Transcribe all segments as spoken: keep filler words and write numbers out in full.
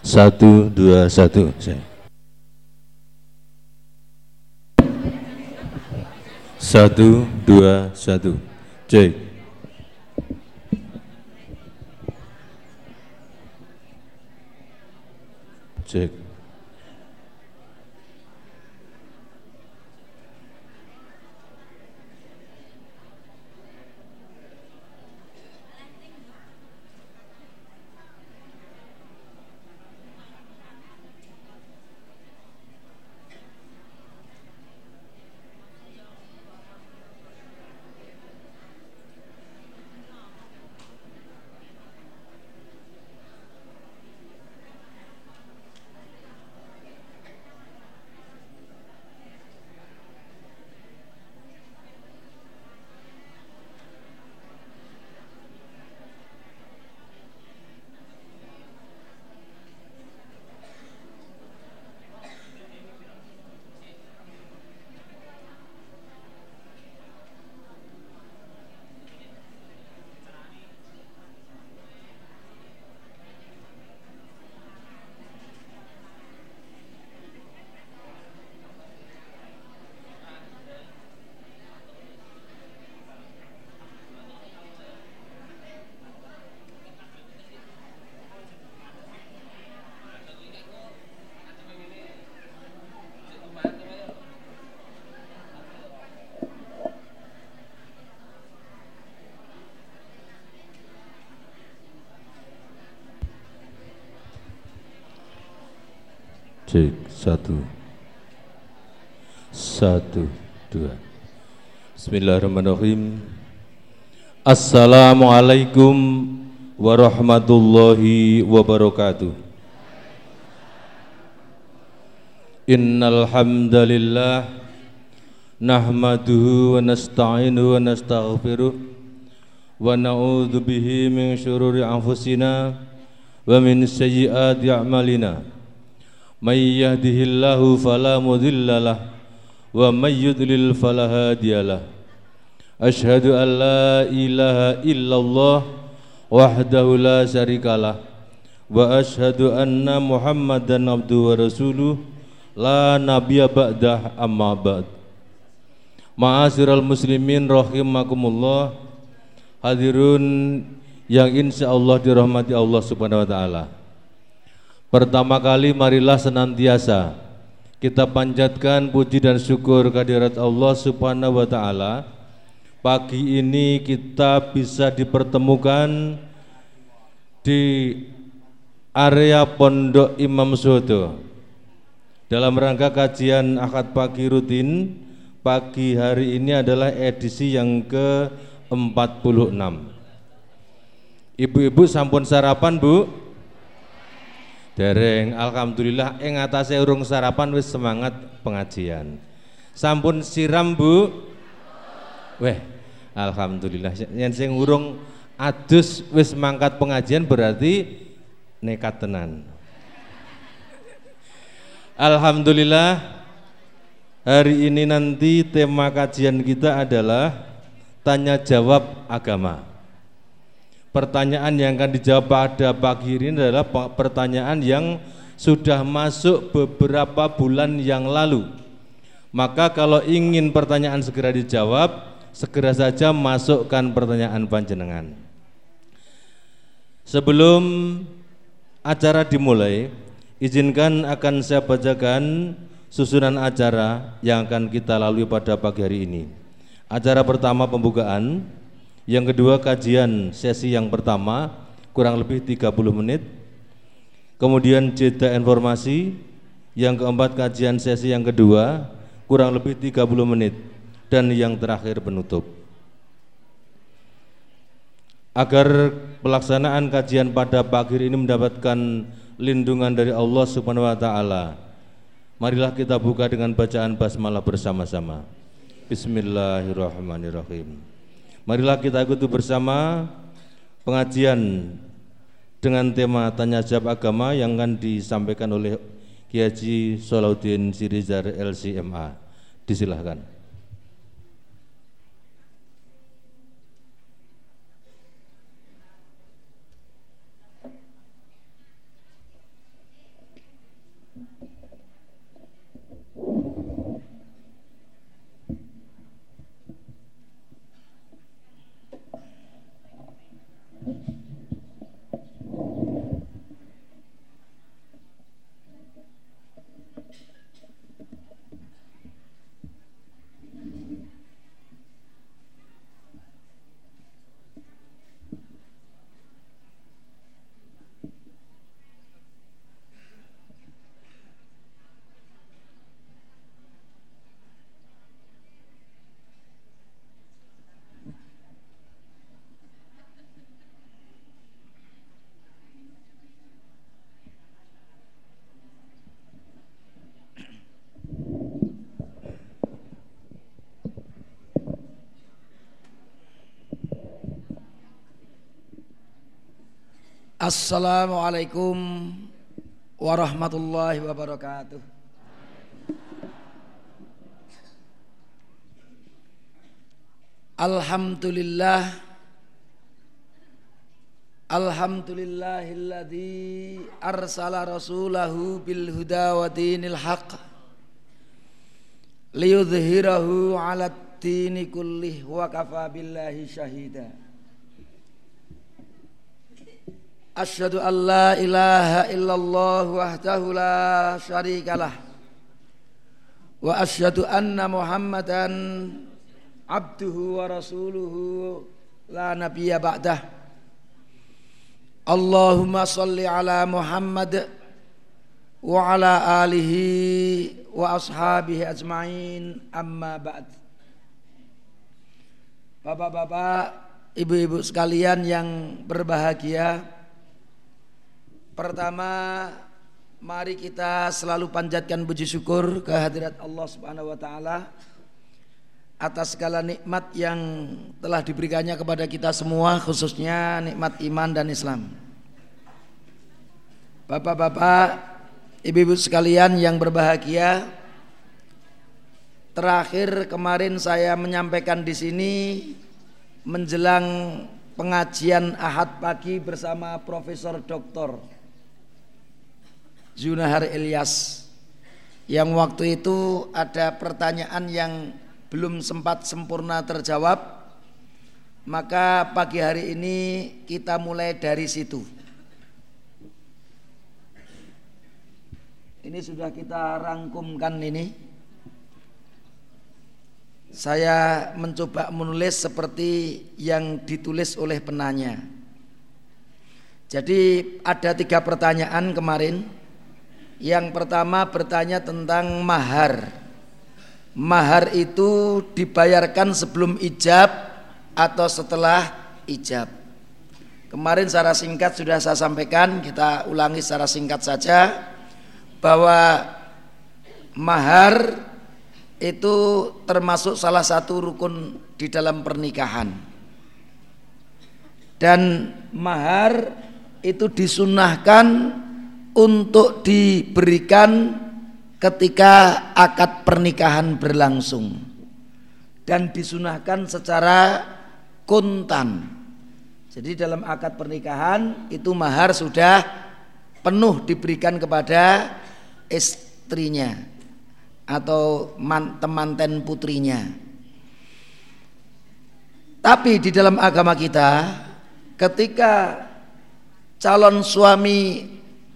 Satu, dua, satu. Satu, dua, satu. Cek. Cek. Cek. Satu. Satu, dua. Bismillahirrahmanirrahim. Assalamualaikum warahmatullahi wabarakatuh. Innal hamdalillah nahmaduhu wa nasta'inuhu wa nastaghfiruh wa na'udzu bihi min syururi anfusina wa min sayyiati a'malina. May yahdihillahu fala mudhillalah wa may yudlil fala hadiyalah. Asyhadu an la ilaha illallah wahdahu la syarikalah wa asyhadu anna Muhammadan abduhu wa rasuluh la nabiyya ba'dah amma ba'd. Ma'asyiral muslimin rahimakumullah, hadirun yang insyaallah dirahmati Allah Subhanahu wa taala. Pertama kali marilah senantiasa kita panjatkan puji dan syukur kehadirat Allah Subhanahu wa taala. Pagi ini kita bisa dipertemukan di area Pondok Imam Sodo dalam rangka kajian Ahad pagi rutin. Pagi hari ini adalah edisi yang ke empat puluh enam. Ibu-ibu sampun sarapan, Bu? Dereng, alhamdulillah ing atase urung sarapan wis semangat pengajian. Sampun siram, Bu? Weh, alhamdulillah. Yen sing urung adus wis mangkat pengajian berarti nekat tenan. Alhamdulillah, hari ini nanti tema kajian kita adalah tanya jawab agama. Pertanyaan yang akan dijawab pada pagi ini adalah pertanyaan yang sudah masuk beberapa bulan yang lalu. Maka kalau ingin pertanyaan segera dijawab, segera saja masukkan pertanyaan panjenengan. Sebelum acara dimulai, izinkan akan saya bacakan susunan acara yang akan kita lalui pada pagi hari ini. Acara pertama pembukaan, yang kedua kajian sesi yang pertama kurang lebih tiga puluh menit, kemudian jeda informasi, yang keempat kajian sesi yang kedua kurang lebih tiga puluh menit, dan yang terakhir penutup. Agar pelaksanaan kajian pada pagi ini mendapatkan lindungan dari Allah Subhanahu wa taala, marilah kita buka dengan bacaan basmalah bersama-sama. Bismillahirrahmanirrahim. Marilah kita ikuti bersama pengajian dengan tema tanya jawab agama yang akan disampaikan oleh Kiai Haji Salahuddin Sirizar L C M A. Disilahkan. Assalamualaikum warahmatullahi wabarakatuh. Alhamdulillah Alhamdulillahilladzi arsala rasulahu bil huda wa dinil haqq liyudhhirahu 'alad dini kullih wa kafa billahi syahida. Asyhadu an la ilaha illallah wahdahu la syarikalah wa asyhadu anna Muhammadan abduhu wa rasuluhu la nabiyya ba'dah. Allahumma salli ala Muhammad wa ala alihi wa ashabihi ajma'in, amma ba'd. Bapak-bapak, ibu-ibu sekalian yang berbahagia, pertama, mari kita selalu panjatkan puji syukur kehadirat Allah Subhanahu wa taala atas segala nikmat yang telah diberikannya kepada kita semua, khususnya nikmat iman dan Islam. Bapak-bapak, ibu-ibu sekalian yang berbahagia, terakhir kemarin saya menyampaikan di sini menjelang pengajian Ahad pagi bersama Profesor Doktor Zunahar Ilyas, yang waktu itu ada pertanyaan yang belum sempat sempurna terjawab, maka pagi hari ini kita mulai dari situ. Ini sudah kita rangkumkan ini. Saya mencoba menulis seperti yang ditulis oleh penanya. Jadi ada tiga pertanyaan kemarin. Yang pertama bertanya tentang mahar. Mahar itu dibayarkan sebelum ijab atau setelah ijab. Kemarin secara singkat sudah saya sampaikan, kita ulangi secara singkat saja, bahwa mahar itu termasuk salah satu rukun di dalam pernikahan. Dan mahar itu disunnahkan untuk diberikan ketika akad pernikahan berlangsung, dan disunahkan secara kontan. Jadi dalam akad pernikahan itu mahar sudah penuh diberikan kepada istrinya atau temanten putrinya. Tapi di dalam agama kita, ketika calon suami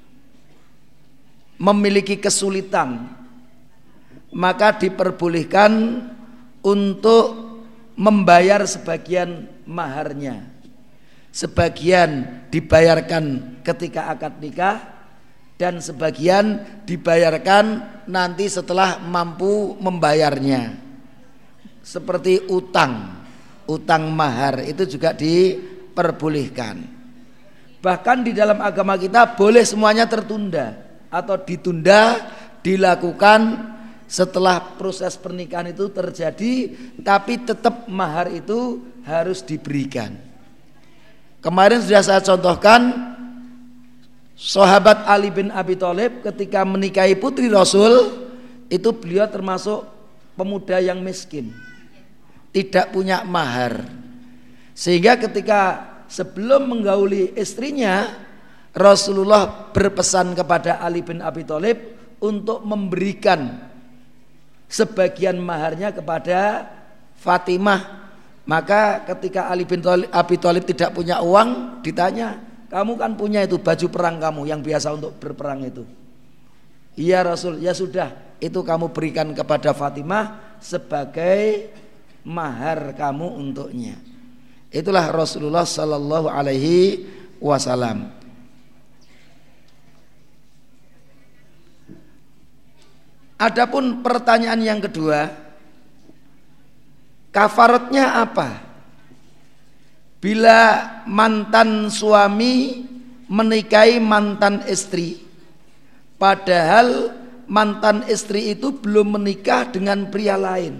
memiliki kesulitan, maka diperbolehkan untuk membayar sebagian maharnya. Sebagian dibayarkan ketika akad nikah, dan sebagian dibayarkan nanti setelah mampu membayarnya. Seperti utang, utang mahar itu juga diperbolehkan. Bahkan di dalam agama kita boleh semuanya tertunda atau ditunda, dilakukan setelah proses pernikahan itu terjadi, tapi tetap mahar itu harus diberikan. Kemarin sudah saya contohkan sahabat Ali bin Abi Thalib ketika menikahi putri Rasul, itu beliau termasuk pemuda yang miskin, tidak punya mahar, sehingga ketika sebelum menggauli istrinya, Rasulullah berpesan kepada Ali bin Abi Thalib untuk memberikan sebagian maharnya kepada Fatimah. Maka ketika Ali bin Abi Thalib tidak punya uang, ditanya, kamu kan punya itu baju perang kamu yang biasa untuk berperang itu. Iya Rasul, ya sudah, itu kamu berikan kepada Fatimah sebagai mahar kamu untuknya. Itulah Rasulullah Sallallahu Alaihi Wasallam. Adapun pertanyaan yang kedua, kafaratnya apa? Bila mantan suami menikahi mantan istri, padahal mantan istri itu belum menikah dengan pria lain.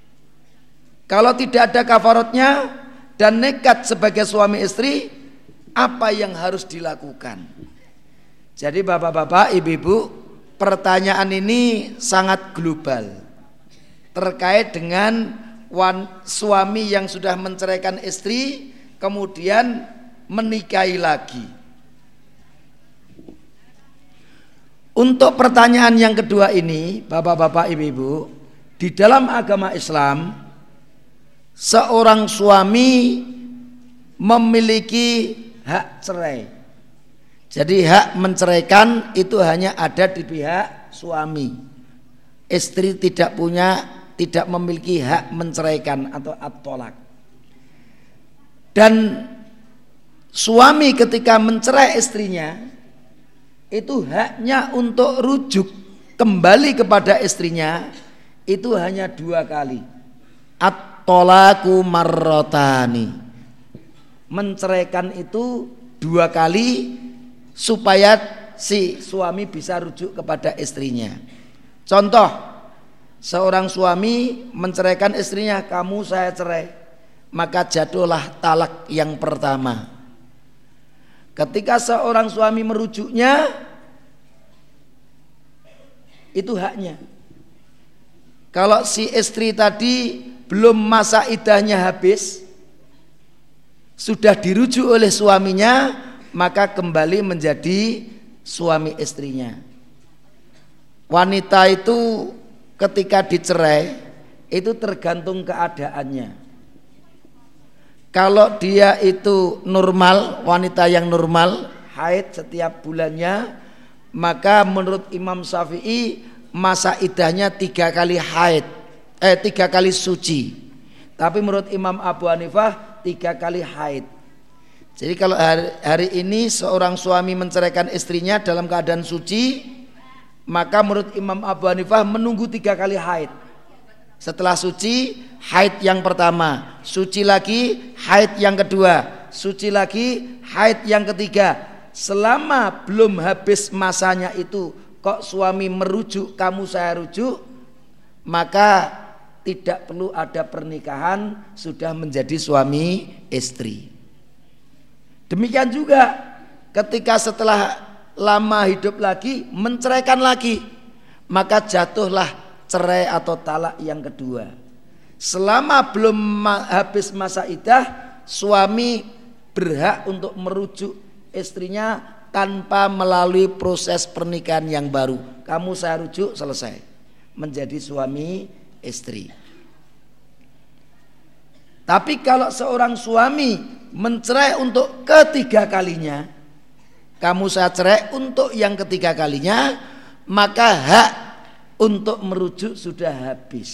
Kalau tidak ada kafaratnya dan nekat sebagai suami istri, apa yang harus dilakukan. Jadi bapak-bapak, ibu-ibu, pertanyaan ini sangat global terkait dengan wan, suami yang sudah menceraikan istri kemudian menikahi lagi. Untuk pertanyaan yang kedua ini, bapak-bapak, ibu-ibu, di dalam agama Islam seorang suami memiliki hak cerai. Jadi hak menceraikan itu hanya ada di pihak suami. Istri tidak punya, tidak memiliki hak menceraikan atau at-tolak. Dan suami ketika mencerai istrinya itu haknya untuk rujuk kembali kepada istrinya itu hanya dua kali. At-tolaku marrotani, menceraikan itu dua kali supaya si suami bisa rujuk kepada istrinya. Contoh, seorang suami menceraikan istrinya, kamu saya cerai, maka jatuhlah talak yang pertama. Ketika seorang suami merujuknya, itu haknya. Kalau si istri tadi belum masa iddahnya habis, sudah dirujuk oleh suaminya, maka kembali menjadi suami istrinya. Wanita itu ketika dicerai itu tergantung keadaannya. Kalau dia itu normal, wanita yang normal, haid setiap bulannya, maka menurut Imam Syafi'i masa iddahnya tiga kali haid, eh tiga kali suci. Tapi menurut Imam Abu Hanifah tiga kali haid. Jadi kalau hari, hari ini seorang suami menceraikan istrinya dalam keadaan suci, maka menurut Imam Abu Hanifah menunggu tiga kali haid. Setelah suci, haid yang pertama, suci lagi, haid yang kedua, suci lagi, haid yang ketiga. Selama belum habis masanya itu kok suami merujuk, kamu saya rujuk, maka tidak perlu ada pernikahan, sudah menjadi suami istri. Demikian juga ketika setelah lama hidup lagi menceraikan lagi, maka jatuhlah cerai atau talak yang kedua. Selama belum ma- habis masa iddah, suami berhak untuk merujuk istrinya tanpa melalui proses pernikahan yang baru. Kamu saya rujuk, selesai, menjadi suami istri. Tapi kalau seorang suami mencerai untuk ketiga kalinya, kamu saya cerai untuk yang ketiga kalinya, maka hak untuk merujuk sudah habis.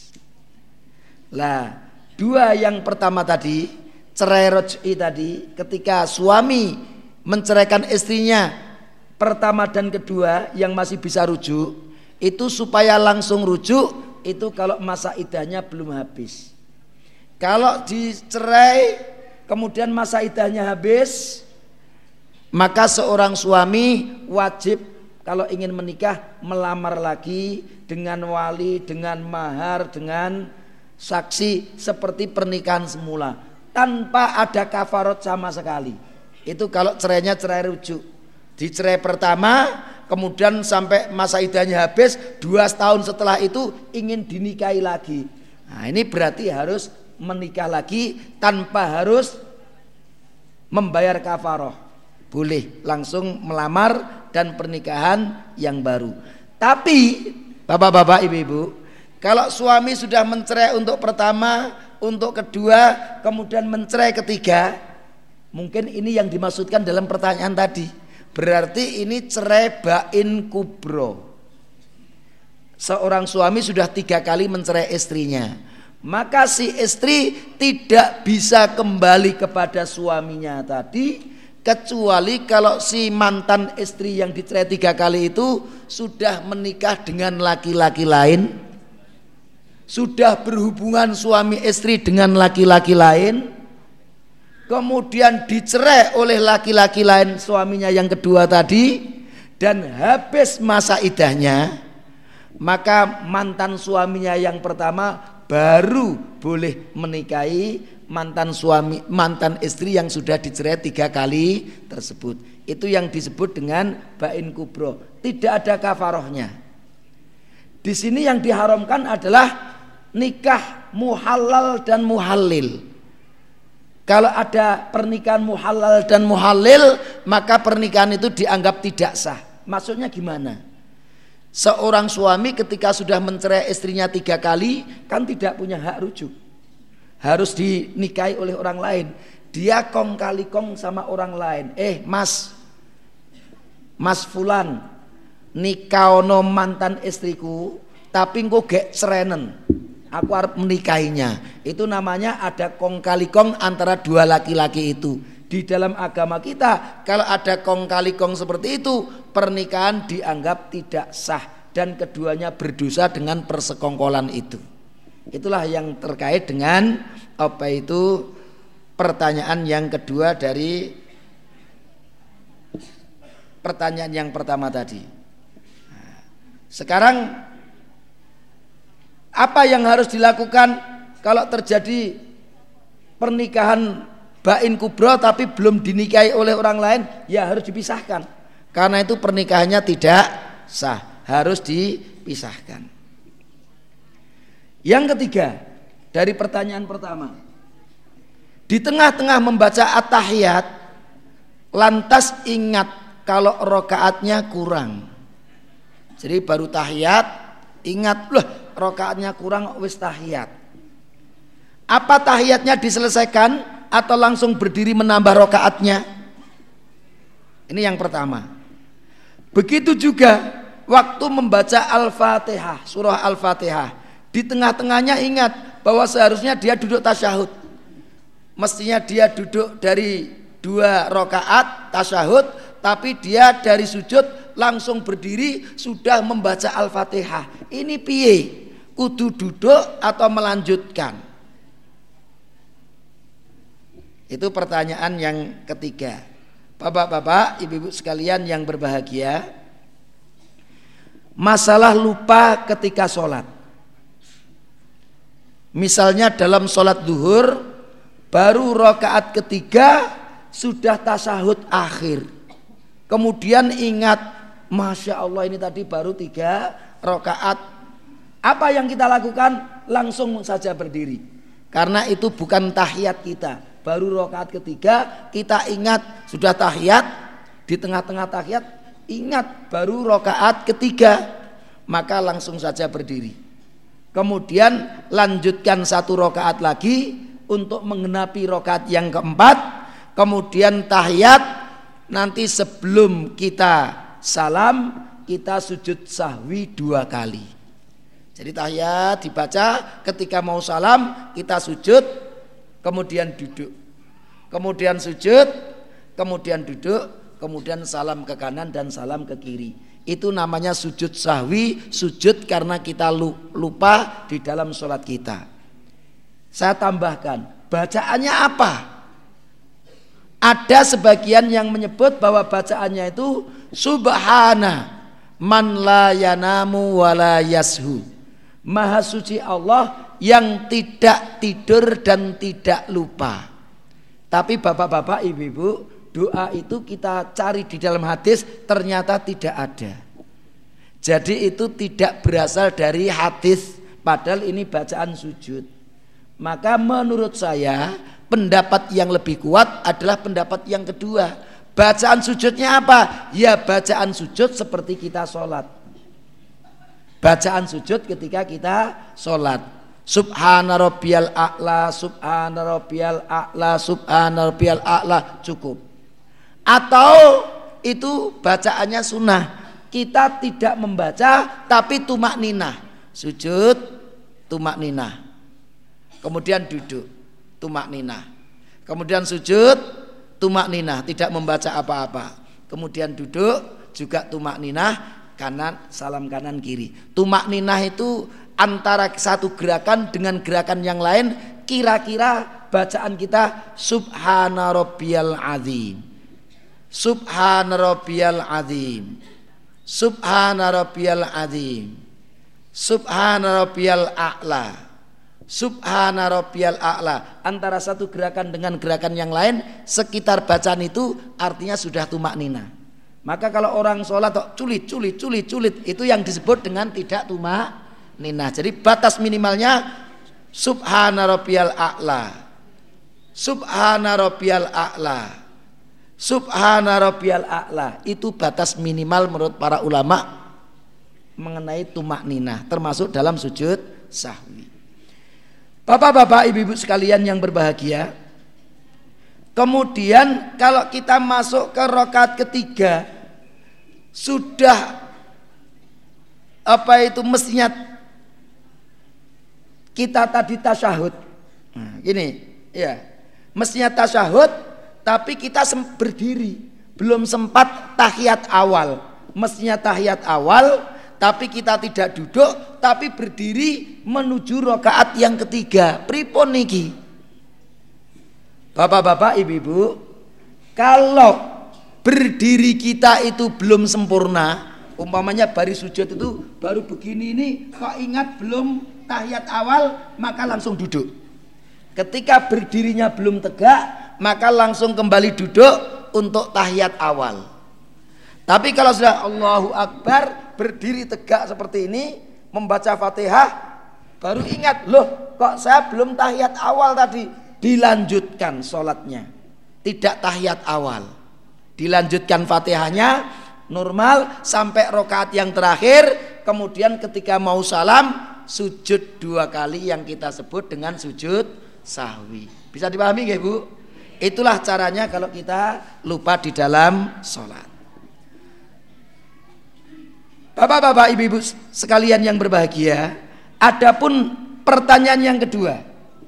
Lah, dua yang pertama tadi, cerai roj'i tadi, ketika suami menceraikan istrinya pertama dan kedua yang masih bisa rujuk, itu supaya langsung rujuk, itu kalau masa iddahnya belum habis. Kalau dicerai kemudian masa iddahnya habis, maka seorang suami wajib kalau ingin menikah melamar lagi dengan wali, dengan mahar, dengan saksi seperti pernikahan semula tanpa ada kafarat sama sekali. Itu kalau cerainya cerai rujuk. Dicerai pertama kemudian sampai masa iddahnya habis, dua tahun setelah itu ingin dinikahi lagi. Nah, ini berarti harus menikah lagi tanpa harus membayar kafaroh. Boleh langsung melamar dan pernikahan yang baru. Tapi bapak-bapak, ibu-ibu, kalau suami sudah mencerai untuk pertama, untuk kedua, kemudian mencerai ketiga, mungkin ini yang dimaksudkan dalam pertanyaan tadi. Berarti ini cerai bain kubro. Seorang suami sudah tiga kali mencerai istrinya, maka si istri tidak bisa kembali kepada suaminya tadi, kecuali kalau si mantan istri yang dicerai tiga kali itu sudah menikah dengan laki-laki lain, sudah berhubungan suami istri dengan laki-laki lain, kemudian dicerai oleh laki-laki lain suaminya yang kedua tadi, dan habis masa iddahnya, maka mantan suaminya yang pertama baru boleh menikahi mantan suami, mantan istri yang sudah dicerai tiga kali tersebut. Itu yang disebut dengan bain kubro. Tidak ada kafarohnya. Di sini yang diharamkan adalah nikah muhalal dan muhallil. Kalau ada pernikahan muhalal dan muhallil, maka pernikahan itu dianggap tidak sah. Maksudnya gimana? Seorang suami ketika sudah mencerai istrinya tiga kali, kan tidak punya hak rujuk, harus dinikahi oleh orang lain. Dia kong kali kong sama orang lain. Eh mas, mas fulan, nikahono mantan istriku, tapi engko gek cerenen, aku harus menikahinya. Itu namanya ada kong kali kong antara dua laki-laki itu. Di dalam agama kita, kalau ada kong kali kong seperti itu, pernikahan dianggap tidak sah dan keduanya berdosa dengan persekongkolan itu. Itulah yang terkait dengan apa itu pertanyaan yang kedua dari pertanyaan yang pertama tadi. Sekarang apa yang harus dilakukan kalau terjadi pernikahan bain kubro tapi belum dinikahi oleh orang lain? Ya harus dipisahkan, karena itu pernikahannya tidak sah, harus dipisahkan. Yang ketiga dari pertanyaan pertama, di tengah-tengah membaca at-tahiyat lantas ingat kalau rokaatnya kurang. Jadi baru tahiyat ingat, loh rokaatnya kurang, wis tahiyat. Apa tahiyatnya diselesaikan atau langsung berdiri menambah rokaatnya? Ini yang pertama. Begitu juga waktu membaca Al-Fatihah, surah Al-Fatihah, di tengah-tengahnya ingat bahwa seharusnya dia duduk tasyahud. Mestinya dia duduk dari dua rokaat tasyahud, tapi dia dari sujud langsung berdiri sudah membaca Al-Fatihah. Ini piye? Kudu duduk atau melanjutkan? Itu pertanyaan yang ketiga. Bapak-bapak, ibu-ibu sekalian yang berbahagia, masalah lupa ketika sholat. Misalnya dalam sholat duhur, baru rakaat ketiga sudah tasyahud akhir, kemudian ingat, Masya Allah ini tadi baru tiga rakaat. Apa yang kita lakukan? Langsung saja berdiri, karena itu bukan tahiyat kita. Baru rakaat ketiga kita ingat sudah tahiyat, di tengah-tengah tahiyat ingat baru rakaat ketiga, maka langsung saja berdiri. Kemudian lanjutkan satu rakaat lagi untuk menggenapi rakaat yang keempat. Kemudian tahiyat, nanti sebelum kita salam kita sujud sahwi dua kali. Jadi tahiyat dibaca, ketika mau salam kita sujud, kemudian duduk, kemudian sujud, kemudian duduk, kemudian salam ke kanan dan salam ke kiri. Itu namanya sujud sahwi, sujud karena kita lupa di dalam sholat kita. Saya tambahkan, bacaannya apa? Ada sebagian yang menyebut bahwa bacaannya itu subhana man la yanamu wa la yashu. Maha suci Allah yang tidak tidur dan tidak lupa. Tapi bapak-bapak, ibu-ibu, doa itu kita cari di dalam hadis ternyata tidak ada. Jadi itu tidak berasal dari hadis, padahal ini bacaan sujud. Maka menurut saya pendapat yang lebih kuat adalah pendapat yang kedua. Bacaan sujudnya apa? Ya bacaan sujud seperti kita sholat. Bacaan sujud ketika kita sholat. Subhana rabbiyal a'la, subhana rabbiyal a'la, subhana rabbiyal a'la, cukup. Atau itu bacaannya sunnah, kita tidak membaca tapi tumak ninah. Sujud tumak ninah, kemudian duduk tumak ninah, kemudian sujud tumak ninah, tidak membaca apa-apa, kemudian duduk juga tumak ninah, kanan salam kanan kiri. Tumak ninah itu antara satu gerakan dengan gerakan yang lain, kira-kira bacaan kita subhana rabbiyal azim, subhana rabbiyal azim, subhana rabbiyal azim, subhana rabbiyal a'la, Subhana rabbiyal a'la. Antara satu gerakan dengan gerakan yang lain sekitar bacaan itu artinya sudah tumak nina. Maka kalau orang sholat kok culit culit culit culit itu yang disebut dengan tidak tumak nina. Jadi batas minimalnya Subhana rabbiyal a'la, Subhana rabbiyal a'la, Subhana rabbiyal a'la. Itu batas minimal menurut para ulama mengenai tumak nina, termasuk dalam sujud sahwi. Bapak-bapak, ibu-ibu sekalian yang berbahagia, kemudian kalau kita masuk ke rakaat ketiga sudah apa itu mestinya kita tadi tasyahud. Nah, gini, ya, mestinya tasyahud, tapi kita berdiri, belum sempat tahiyat awal. Mestinya tahiyat awal, tapi kita tidak duduk, tapi berdiri menuju rakaat yang ketiga. Pripun niki? Bapak-bapak, ibu-ibu, kalau berdiri kita itu belum sempurna, umpamanya baris sujud itu baru begini ini, kok ingat belum tahiyat awal, maka langsung duduk. Ketika berdirinya belum tegak, maka langsung kembali duduk untuk tahiyat awal. Tapi kalau sudah Allahu Akbar, berdiri tegak seperti ini, membaca Fatihah, baru ingat, loh kok saya belum tahiyat awal tadi. Dilanjutkan sholatnya, tidak tahiyat awal, dilanjutkan Fatihahnya normal sampai rakaat yang terakhir. Kemudian ketika mau salam, sujud dua kali yang kita sebut dengan sujud sahwi. Bisa dipahami nggih Bu? Itulah caranya kalau kita lupa di dalam sholat. Bapak-bapak, ibu-ibu sekalian yang berbahagia, adapun pertanyaan yang kedua.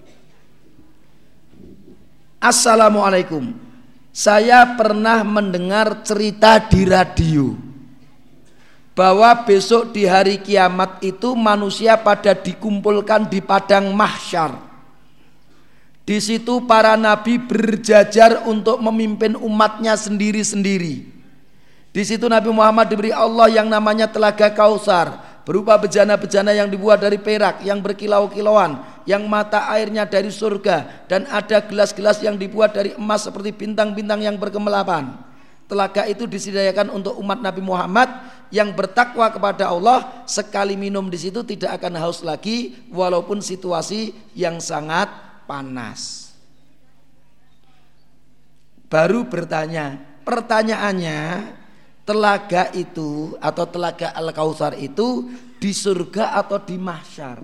Assalamualaikum. Saya pernah mendengar cerita di radio bahwa besok di hari kiamat itu manusia pada dikumpulkan di padang mahsyar. Di situ para nabi berjajar untuk memimpin umatnya sendiri-sendiri. Di situ Nabi Muhammad diberi Allah yang namanya telaga Kausar, berupa bejana-bejana yang dibuat dari perak, yang berkilau-kilauan, yang mata airnya dari surga, dan ada gelas-gelas yang dibuat dari emas seperti bintang-bintang yang berkemelapan. Telaga itu disediakan untuk umat Nabi Muhammad yang bertakwa kepada Allah. Sekali minum di situ tidak akan haus lagi, walaupun situasi yang sangat panas. Baru bertanya, pertanyaannya, telaga itu atau telaga Al-Kautsar itu di surga atau di mahsyar?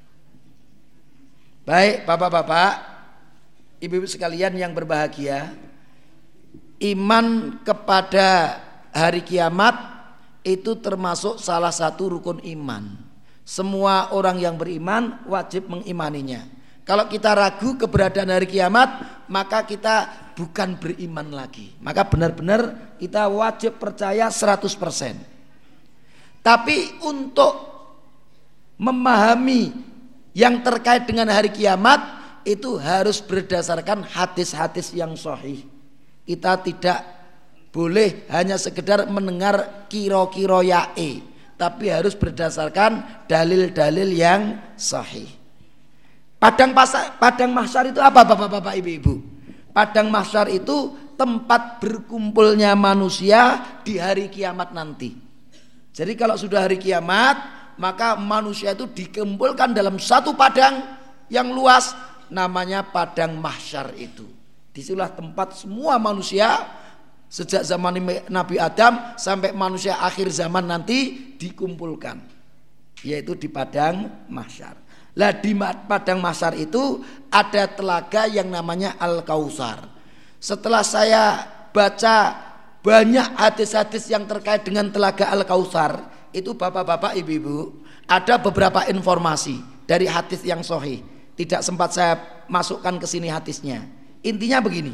Baik bapak-bapak, ibu-ibu sekalian yang berbahagia, iman kepada hari kiamat itu termasuk salah satu rukun iman. Semua orang yang beriman wajib mengimaninya. Kalau kita ragu keberadaan hari kiamat, maka kita bukan beriman lagi. Maka benar-benar kita wajib percaya seratus persen. Tapi untuk memahami yang terkait dengan hari kiamat itu harus berdasarkan hadis-hadis yang sahih. Kita tidak boleh hanya sekedar mendengar kiro-kiro yae, tapi harus berdasarkan dalil-dalil yang sahih. Padang pasar, padang mahsyar itu apa bapak-bapak, ibu-ibu? Padang mahsyar itu tempat berkumpulnya manusia di hari kiamat nanti. Jadi kalau sudah hari kiamat, maka manusia itu dikumpulkan dalam satu padang yang luas, namanya padang mahsyar itu. Disitulah tempat semua manusia sejak zaman Nabi Adam sampai manusia akhir zaman nanti dikumpulkan, yaitu di padang mahsyar. Lah di padang mahsyar itu ada telaga yang namanya Al-Kautsar. Setelah saya baca banyak hadis-hadis yang terkait dengan telaga Al-Kautsar, itu bapak-bapak, ibu-ibu, ada beberapa informasi dari hadis yang sahih. Tidak sempat saya masukkan ke sini hadisnya. Intinya begini.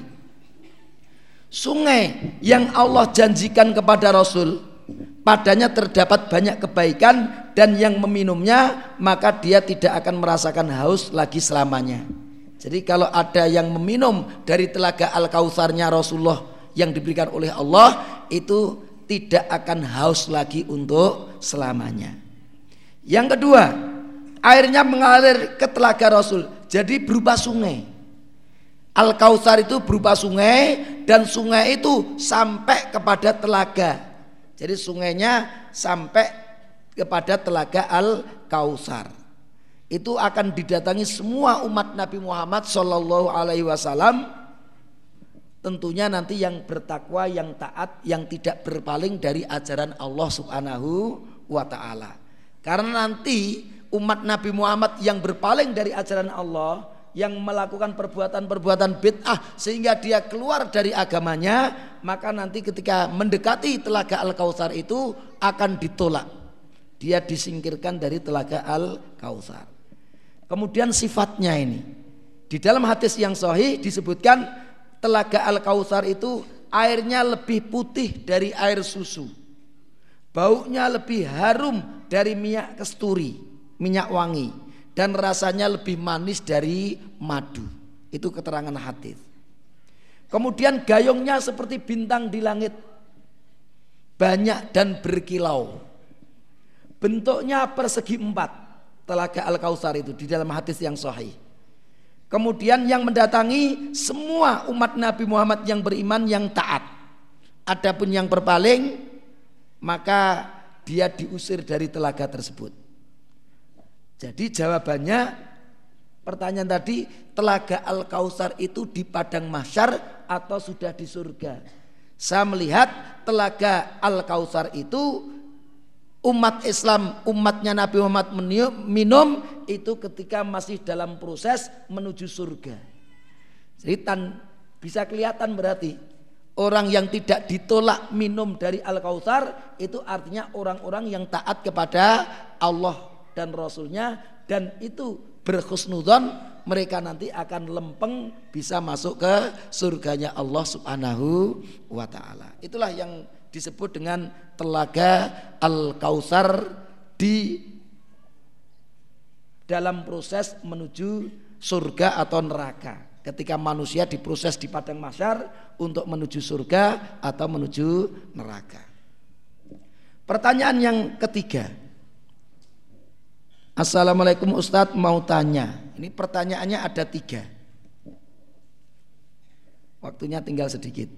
Sungai yang Allah janjikan kepada Rasul, padanya terdapat banyak kebaikan, dan yang meminumnya maka dia tidak akan merasakan haus lagi selamanya. Jadi kalau ada yang meminum dari telaga Al-Kautsarnya Rasulullah yang diberikan oleh Allah, itu tidak akan haus lagi untuk selamanya. Yang kedua, airnya mengalir ke telaga Rasul, jadi berupa sungai. Al-Kautsar itu berupa sungai, dan sungai itu sampai kepada telaga. Jadi sungainya sampai kepada telaga Al-Kautsar. Itu akan didatangi semua umat Nabi Muhammad Shallallahu Alaihi Wasallam. Tentunya nanti yang bertakwa, yang taat, yang tidak berpaling dari ajaran Allah Subhanahu wa Ta'ala. Karena nanti umat Nabi Muhammad yang berpaling dari ajaran Allah, yang melakukan perbuatan-perbuatan bid'ah sehingga dia keluar dari agamanya, maka nanti ketika mendekati telaga Al-Kautsar itu akan ditolak. Dia disingkirkan dari telaga Al-Kautsar. Kemudian sifatnya ini, di dalam hadis yang sahih disebutkan telaga Al-Kautsar itu airnya lebih putih dari air susu, baunya lebih harum dari minyak kasturi, minyak wangi, dan rasanya lebih manis dari madu. Itu keterangan hadis. Kemudian gayungnya seperti bintang di langit, banyak dan berkilau. Bentuknya persegi empat, telaga Al-Kautsar itu di dalam hadis yang sahih. Kemudian yang mendatangi semua umat Nabi Muhammad yang beriman, yang taat. Adapun yang berpaling, maka dia diusir dari telaga tersebut. Jadi jawabannya, pertanyaan tadi, telaga Al-Kautsar itu di padang mahsyar atau sudah di surga? Saya melihat telaga Al-Kautsar itu umat Islam, umatnya Nabi Muhammad minum itu ketika masih dalam proses menuju surga. Jadi tan, bisa kelihatan berarti orang yang tidak ditolak minum dari Al-Kautsar itu artinya orang-orang yang taat kepada Allah dan Rasulnya, dan itu berhusnudzon mereka nanti akan lempeng bisa masuk ke surganya Allah Subhanahu wa Ta'ala. Itulah yang disebut dengan telaga Al-Kautsar di dalam proses menuju surga atau neraka. Ketika manusia diproses di padang mahsyar untuk menuju surga atau menuju neraka. Pertanyaan yang ketiga. Assalamualaikum Ustadz, mau tanya. Ini pertanyaannya ada tiga. Waktunya tinggal sedikit.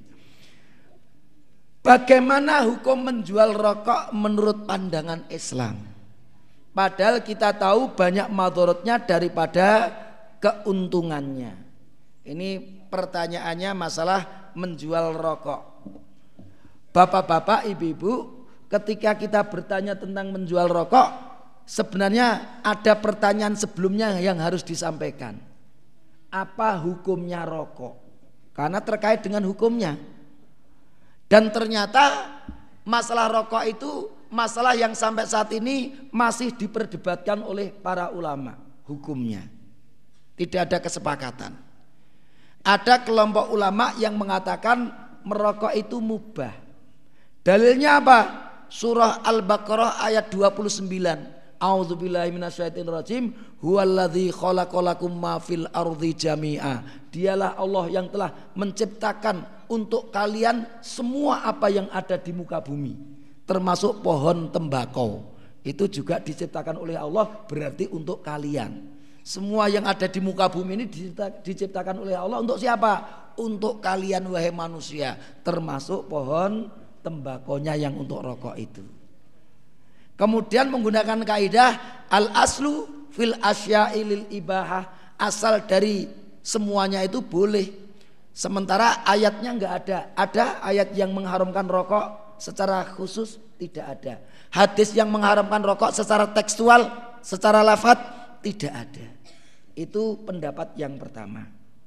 Bagaimana hukum menjual rokok menurut pandangan Islam? Padahal kita tahu banyak madharatnya daripada keuntungannya. Ini pertanyaannya masalah menjual rokok. Bapak-bapak, ibu-ibu, ketika kita bertanya tentang menjual rokok, sebenarnya ada pertanyaan sebelumnya yang harus disampaikan. Apa hukumnya rokok? Karena terkait dengan hukumnya. Dan ternyata masalah rokok itu masalah yang sampai saat ini masih diperdebatkan oleh para ulama hukumnya. Tidak ada kesepakatan. Ada kelompok ulama yang mengatakan merokok itu mubah. Dalilnya apa? Surah Al-Baqarah ayat dua puluh sembilan. A'udzubillahi minasyaitonirrajim. Huwallazi khalaqalakum ma fil ardi jami'a. Dialah Allah yang telah menciptakan untuk kalian semua apa yang ada di muka bumi, termasuk pohon tembakau. Itu juga diciptakan oleh Allah, berarti untuk kalian. Semua yang ada di muka bumi ini diciptakan oleh Allah untuk siapa? Untuk kalian wahai manusia, termasuk pohon tembakonya yang untuk rokok itu. Kemudian menggunakan kaidah al-aslu fil asya'i lil ibahah, asal dari semuanya itu boleh. Sementara ayatnya enggak ada. Ada ayat yang mengharamkan rokok secara khusus? Tidak ada. Hadis yang mengharamkan rokok secara tekstual, secara lafaz? Tidak ada. Itu pendapat yang pertama.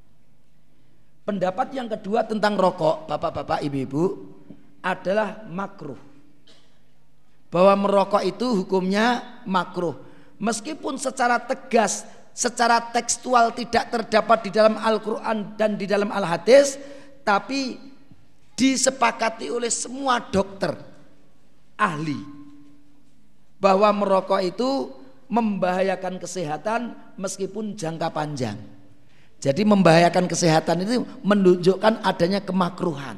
Pendapat yang kedua tentang rokok, bapak-bapak, ibu-ibu, adalah makruh. Bahwa merokok itu hukumnya makruh. Meskipun secara tegas, secara tekstual tidak terdapat di dalam Al-Quran dan di dalam Al-Hadis, tapi disepakati oleh semua dokter ahli bahwa merokok itu membahayakan kesehatan meskipun jangka panjang. Jadi membahayakan kesehatan itu menunjukkan adanya kemakruhan.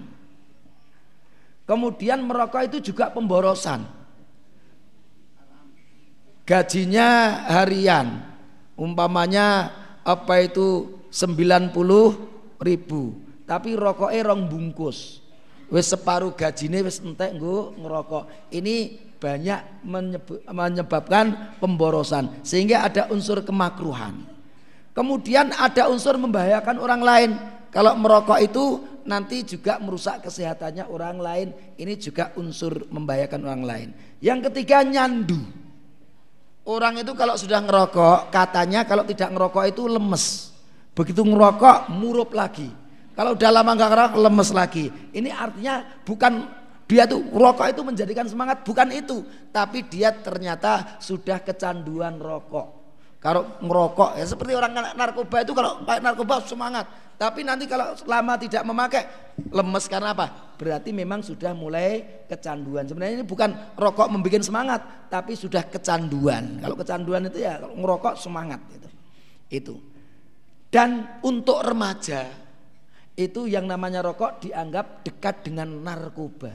Kemudian merokok itu juga pemborosan. gajinya harian, umpamanya apa itu sembilan puluh ribu, tapi rokoknya rong bungkus, wis separuh gajine wis entek nggo ngerokok. Ini banyak menyebabkan pemborosan sehingga ada unsur kemakruhan. Kemudian ada unsur membahayakan orang lain. Kalau merokok itu nanti juga merusak kesehatannya orang lain. Ini juga unsur membahayakan orang lain. Yang ketiga, nyandu. Orang itu kalau sudah ngerokok, katanya kalau tidak ngerokok itu lemes. Begitu ngerokok murup lagi. Kalau udah lama nggak ngerokok lemes lagi. Ini artinya bukan dia tuh rokok itu menjadikan semangat, bukan itu. Tapi dia ternyata sudah kecanduan rokok. Kalau ngerokok ya seperti orang narkoba itu, kalau pakai narkoba semangat, tapi nanti kalau lama tidak memakai lemes karena apa? Berarti memang sudah mulai kecanduan. Sebenarnya ini bukan rokok membuat semangat, tapi sudah kecanduan. Kalau kecanduan itu ya kalau ngerokok semangat itu. Itu. Dan untuk remaja itu yang namanya rokok dianggap dekat dengan narkoba.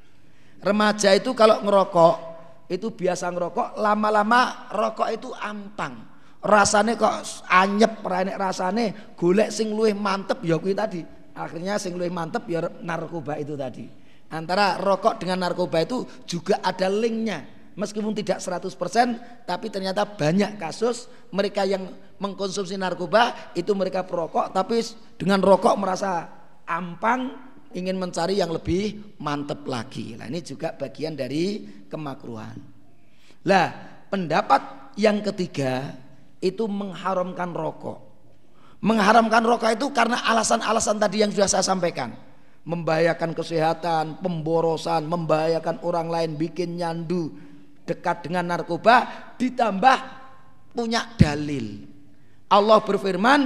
Remaja itu kalau ngerokok itu biasa ngerokok, lama-lama rokok itu ampang. Rasane kok anyep, renek rasane, golek sing luwih mantep ya kuwi tadi. Akhirnya sing luwih mantep ya narkoba itu tadi. Antara rokok dengan narkoba itu juga ada linknya. Meskipun tidak seratus persen, tapi ternyata banyak kasus mereka yang mengkonsumsi narkoba itu mereka perokok, tapi dengan rokok merasa ampang, ingin mencari yang lebih mantep lagi. Nah, ini juga bagian dari kemakruhan. Lah, pendapat yang ketiga itu mengharamkan rokok. Mengharamkan rokok itu karena alasan-alasan tadi yang sudah saya sampaikan. Membahayakan kesehatan, pemborosan, membahayakan orang lain, bikin nyandu, dekat dengan narkoba, ditambah punya dalil. Allah berfirman,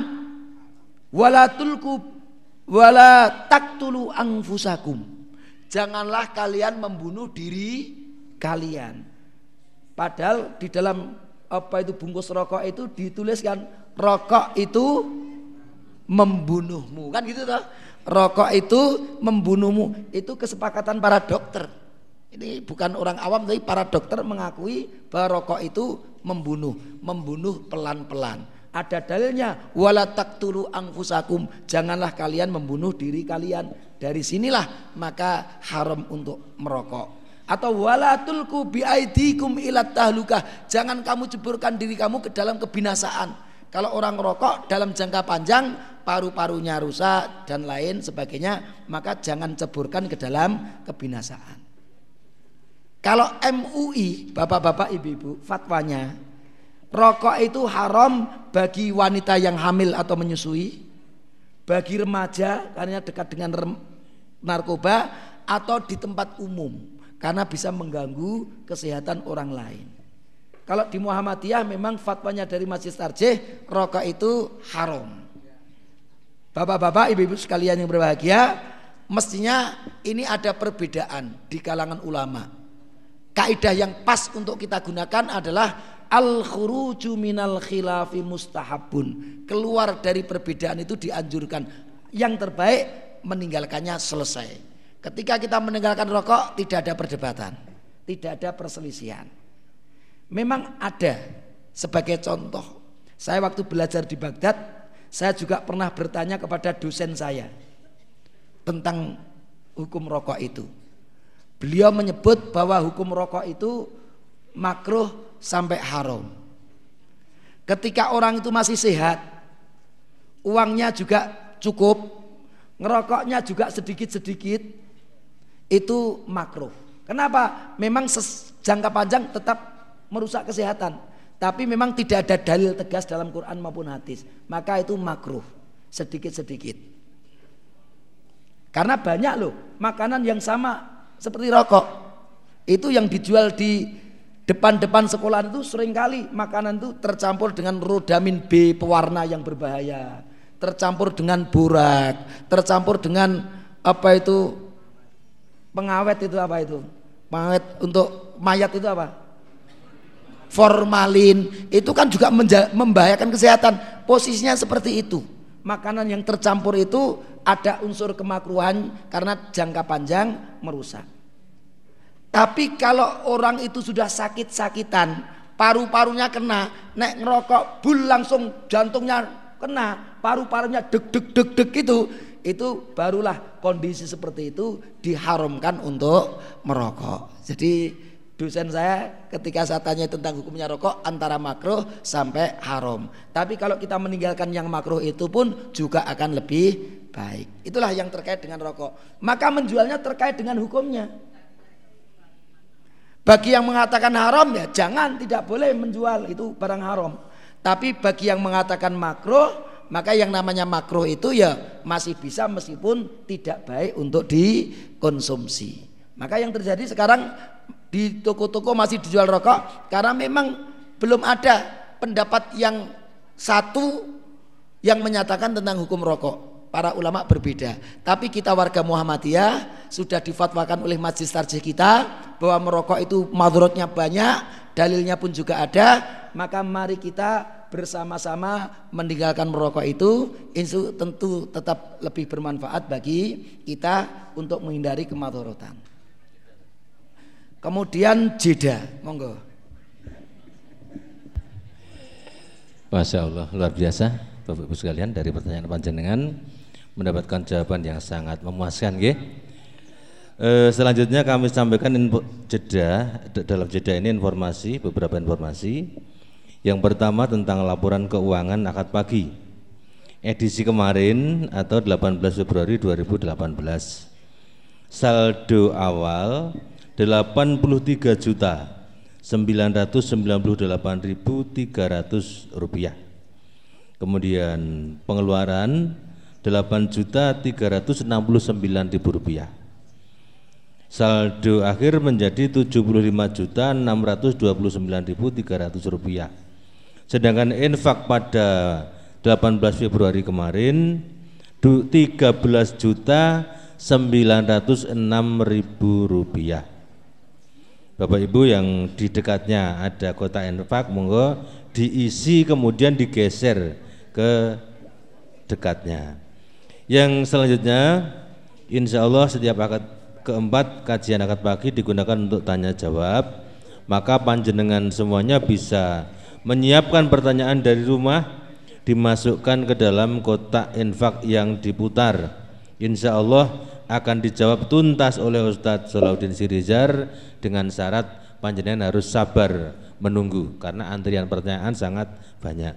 wala tulku wala taqtulu anfusakum. Janganlah kalian membunuh diri kalian. Padahal di dalam apa itu bungkus rokok itu dituliskan rokok itu membunuhmu, kan gitu toh. Rokok itu membunuhmu, itu kesepakatan para dokter. Ini bukan orang awam, tapi para dokter mengakui bahwa rokok itu membunuh, membunuh pelan-pelan. Ada dalilnya, wala taqtulu anfusakum, janganlah kalian membunuh diri kalian. Dari sinilah maka haram untuk merokok. Atau wala tulku biaidikum ilat tahlukah, jangan kamu ceburkan diri kamu ke dalam kebinasaan. Kalau orang merokok dalam jangka panjang paru-parunya rusak dan lain sebagainya, maka jangan ceburkan ke dalam kebinasaan. Kalau M U I, bapak-bapak ibu-ibu, fatwanya rokok itu haram bagi wanita yang hamil atau menyusui, bagi remaja karena dekat dengan narkoba, atau di tempat umum karena bisa mengganggu kesehatan orang lain. Kalau di Muhammadiyah memang fatwanya dari Majelis Tarjih, rokok itu haram. Bapak-bapak, ibu-ibu sekalian yang berbahagia, mestinya ini ada perbedaan di kalangan ulama. Kaidah yang pas untuk kita gunakan adalah al-khuruju minal khilafi mustahabun. Keluar dari perbedaan itu dianjurkan. Yang terbaik meninggalkannya selesai. Ketika kita meninggalkan rokok tidak ada perdebatan, tidak ada perselisihan. Memang ada, sebagai contoh, saya waktu belajar di Baghdad, saya juga pernah bertanya kepada dosen saya tentang hukum rokok itu. Beliau menyebut bahwa hukum rokok itu makruh sampai haram. Ketika orang itu masih sehat, uangnya juga cukup, ngerokoknya juga sedikit-sedikit, itu makruh. Kenapa? Memang jangka panjang tetap merusak kesehatan, tapi memang tidak ada dalil tegas dalam Quran maupun hadis, maka itu makruh sedikit-sedikit. Karena banyak loh makanan yang sama seperti rokok, itu yang dijual di depan-depan sekolah itu seringkali makanan itu tercampur dengan rodamin B pewarna yang berbahaya, tercampur dengan borak, tercampur dengan apa itu pengawet, itu apa itu pengawet untuk mayat itu apa, formalin, itu kan juga membahayakan kesehatan. Posisinya seperti itu. Makanan yang tercampur itu ada unsur kemakruhan karena jangka panjang merusak. Tapi kalau orang itu sudah sakit-sakitan, paru-parunya kena, nek ngerokok bul langsung jantungnya kena, paru-parunya deg deg deg deg itu, itu barulah kondisi seperti itu diharamkan untuk merokok. Jadi dosen saya ketika saya tanya tentang hukumnya rokok antara makruh sampai haram. Tapi kalau kita meninggalkan yang makruh itu pun juga akan lebih baik. Itulah yang terkait dengan rokok. Maka menjualnya terkait dengan hukumnya. Bagi yang mengatakan haram ya jangan, tidak boleh menjual, itu barang haram. Tapi bagi yang mengatakan makruh, maka yang namanya makruh itu ya masih bisa meskipun tidak baik untuk dikonsumsi. Maka yang terjadi sekarang di toko-toko masih dijual rokok karena memang belum ada pendapat yang satu yang menyatakan tentang hukum rokok. Para ulama berbeda. Tapi kita warga Muhammadiyah sudah difatwakan oleh majelis tarjih kita bahwa merokok itu madharatnya banyak, dalilnya pun juga ada. Maka mari kita bersama-sama meninggalkan merokok itu, itu tentu tetap lebih bermanfaat bagi kita untuk menghindari kemadharatan. Kemudian jeda, monggo. Masya Allah, luar biasa Bapak Ibu sekalian, dari pertanyaan panjenengan mendapatkan jawaban yang sangat memuaskan, nggih. E, selanjutnya kami sampaikan info, jeda dalam jeda ini informasi, beberapa informasi. Yang pertama tentang laporan keuangan akad pagi edisi kemarin atau delapan belas Februari dua ribu delapan belas. Saldo awal delapan puluh tiga juta sembilan ratus sembilan puluh delapan ribu tiga ratus rupiah. Kemudian pengeluaran delapan juta tiga ratus enam puluh sembilan ribu rupiah. Saldo akhir menjadi tujuh puluh lima juta enam ratus dua puluh sembilan ribu tiga ratus rupiah. Sedangkan infak pada delapan belas Februari kemarin tiga belas juta sembilan ratus enam ribu rupiah. Bapak Ibu yang di dekatnya ada kotak infak, monggo diisi kemudian digeser ke dekatnya. Yang selanjutnya, insya Allah setiap akad keempat kajian akad pagi digunakan untuk tanya jawab. Maka panjenengan semuanya bisa menyiapkan pertanyaan dari rumah, dimasukkan ke dalam kotak infak yang diputar. Insya Allah akan dijawab tuntas oleh Ustadz Solahuddin Sirizar dengan syarat panjenengan harus sabar menunggu karena antrian pertanyaan sangat banyak.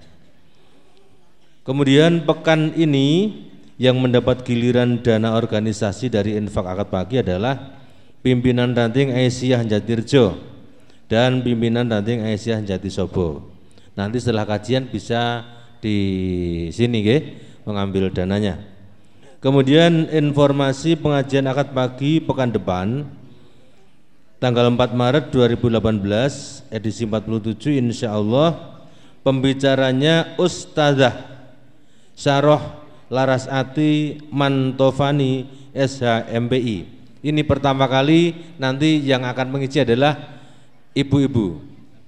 Kemudian pekan ini yang mendapat giliran dana organisasi dari infak akad pagi adalah pimpinan ranting Aisyah Jatirjo dan pimpinan ranting Aisyah Jatisobo. Nanti setelah kajian bisa di sini nggih mengambil dananya. Kemudian informasi pengajian akad pagi pekan depan tanggal empat Maret dua ribu delapan belas edisi empat puluh tujuh, insya Allah pembicaranya Ustazah Syarah Larasati Mantofani S H M P I. Ini pertama kali nanti yang akan mengisi adalah ibu-ibu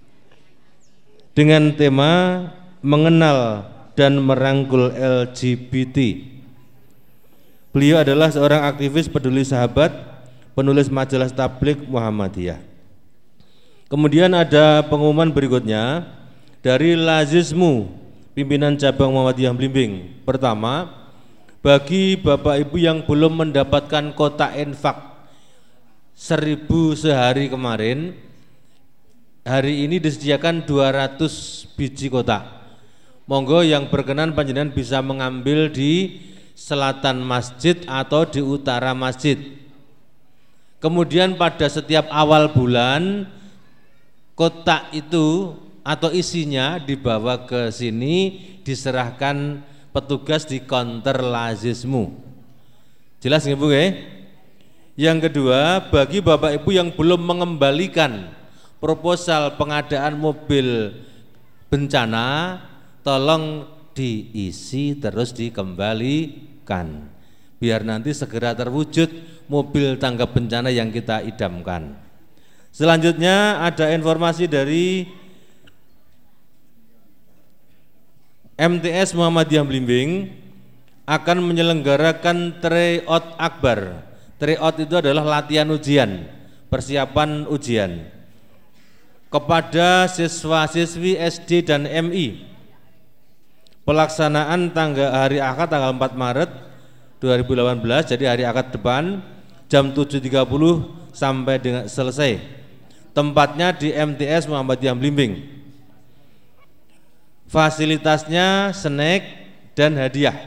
dengan tema mengenal dan merangkul L G B T. Beliau adalah seorang aktivis peduli sahabat, penulis majalah Tabligh Muhammadiyah. Kemudian ada pengumuman berikutnya dari Lazismu, pimpinan cabang Muhammadiyah Blimbing. Pertama, bagi Bapak Ibu yang belum mendapatkan kotak infak seribu sehari kemarin, hari ini disediakan dua ratus biji kotak. Monggo yang berkenan panjenengan bisa mengambil di selatan masjid atau di utara masjid. Kemudian pada setiap awal bulan kotak itu atau isinya dibawa ke sini, diserahkan petugas di counter Lazismu. Jelas nggih Bu nggih? Yang kedua, bagi Bapak Ibu yang belum mengembalikan proposal pengadaan mobil bencana, tolong diisi terus dikembalikan biar nanti segera terwujud mobil tanggap bencana yang kita idamkan. Selanjutnya ada informasi dari M T S Muhammadiyah Blimbing akan menyelenggarakan tryout akbar. Tryout itu adalah latihan ujian, persiapan ujian. kepada siswa-siswi S D dan M I. Pelaksanaan tanggal hari Ahad tanggal empat Maret dua ribu delapan belas, jadi hari Ahad depan jam tujuh tiga puluh sampai dengan selesai. Tempatnya di M T S Muhammadiyah Blimbing. Fasilitasnya snack dan hadiah.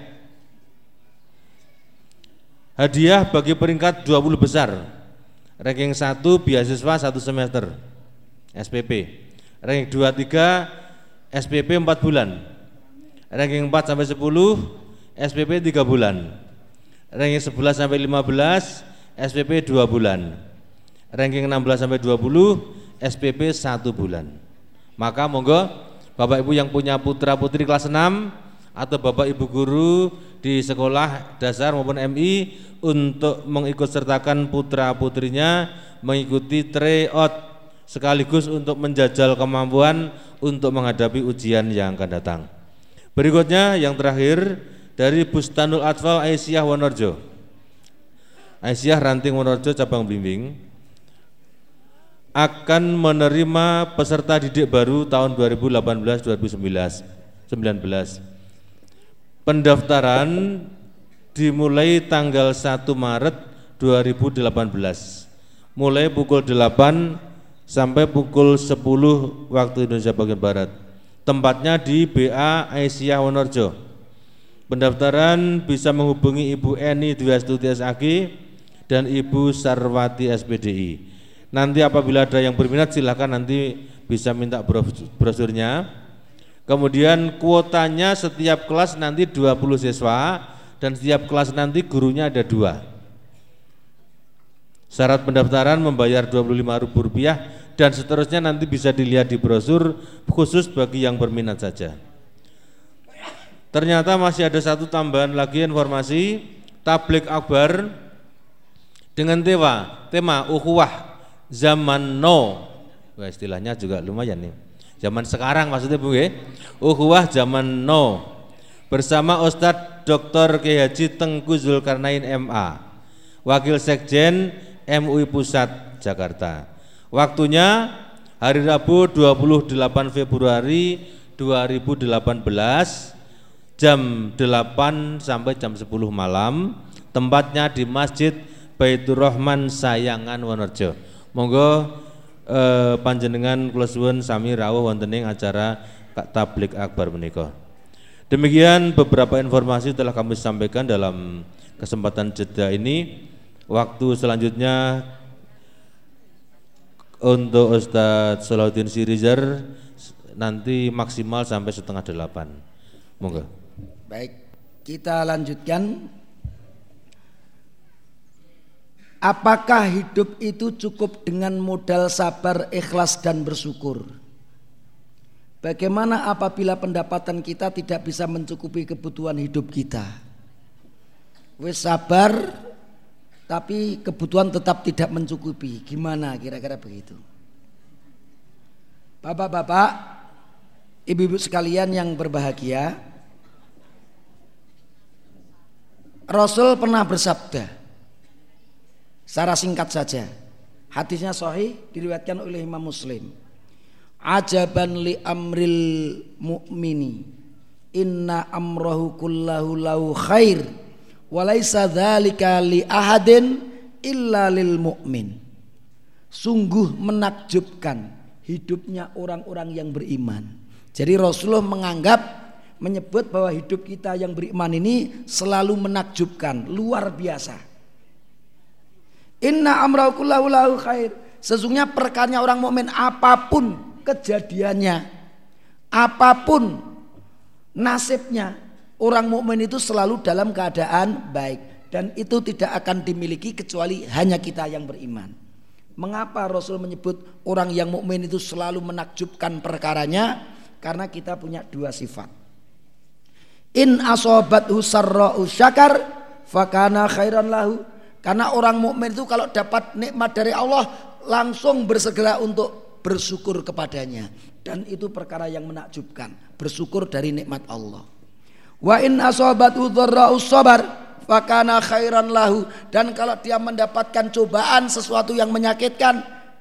Hadiah bagi peringkat dua puluh besar. Ranking satu beasiswa satu semester S P P. Ranking dua tiga S P P empat bulan. Ranking empat sampai sepuluh S P P tiga bulan. Ranking sebelas sampai lima belas S P P dua bulan. Ranking enam belas sampai dua puluh S P P satu bulan. Maka monggo Bapak Ibu yang punya putra putri kelas enam atau Bapak Ibu guru di sekolah dasar maupun M I untuk mengikut sertakan putra putrinya mengikuti tryout sekaligus untuk menjajal kemampuan untuk menghadapi ujian yang akan datang. Berikutnya yang terakhir dari Bustanul Atfal Aisyah Wonorejo. Aisyah Ranting Wonorejo cabang Blimbing akan menerima peserta didik baru tahun dua ribu delapan belas dua ribu sembilan belas. Pendaftaran dimulai tanggal satu Maret dua ribu delapan belas, mulai pukul delapan sampai pukul sepuluh waktu Indonesia bagian Barat. Tempatnya di B A Aisyah Wonorejo. Pendaftaran bisa menghubungi Ibu Eni Dwi Astuti S A G dan Ibu Sarwati S P D I. Nanti apabila ada yang berminat silakan nanti bisa minta brosurnya. Kemudian kuotanya setiap kelas nanti dua puluh siswa dan setiap kelas nanti gurunya ada dua. Syarat pendaftaran membayar dua puluh lima ribu rupiah dan seterusnya nanti bisa dilihat di brosur khusus bagi yang berminat saja. Ternyata masih ada satu tambahan lagi informasi tabligh akbar dengan tema tema ukhuwah zaman now. Wah, istilahnya juga lumayan nih. Zaman sekarang maksudnya Bu ya. Ukhuwah zaman now bersama Ustadz Doktor Kiai Haji Tengku Zulkarnain M A, Wakil Sekjen M U I Pusat Jakarta. Waktunya hari Rabu dua puluh delapan Februari dua ribu delapan belas jam delapan sampai jam sepuluh malam. Tempatnya di Masjid Baitur Rahman Sayangan Wonorejo. Monggo eh, panjenengan kula suwun sami rawuh wonten ing acara tabligh akbar menika. Demikian beberapa informasi telah kami sampaikan dalam kesempatan jeda ini. Waktu selanjutnya untuk Ustadz Salahuddin Siregar nanti maksimal sampai setengah delapan. Monggo. Baik, kita lanjutkan. Apakah hidup itu cukup dengan modal sabar, ikhlas dan bersyukur? Bagaimana apabila pendapatan kita tidak bisa mencukupi kebutuhan hidup kita? Wis sabar tapi kebutuhan tetap tidak mencukupi. Gimana kira-kira begitu? Bapak-bapak, ibu-ibu sekalian yang berbahagia, Rasul pernah bersabda secara singkat saja, hadisnya sahih diriwayatkan oleh Imam Muslim. Ajaban li amril mu'mini inna amrahu kullahu lahu khair wa laisa dzalika li ahadin illa lil mu'min. Sungguh menakjubkan hidupnya orang-orang yang beriman. Jadi Rasulullah menganggap, menyebut bahwa hidup kita yang beriman ini selalu menakjubkan, luar biasa. Inna amrahu kullahu lahu khair. Sesungguhnya perkaranya orang mukmin apapun kejadiannya, apapun nasibnya, orang mukmin itu selalu dalam keadaan baik dan itu tidak akan dimiliki kecuali hanya kita yang beriman. Mengapa Rasul menyebut orang yang mukmin itu selalu menakjubkan perkaranya? Karena kita punya dua sifat. In asobathu sarra'u syakar fakana khairan lahu. Karena orang mukmin itu kalau dapat nikmat dari Allah langsung bersegera untuk bersyukur kepadanya, dan itu perkara yang menakjubkan, bersyukur dari nikmat Allah. Wa in asabathu dharra'u sabar fakana khairan lahu. Dan kalau dia mendapatkan cobaan, sesuatu yang menyakitkan,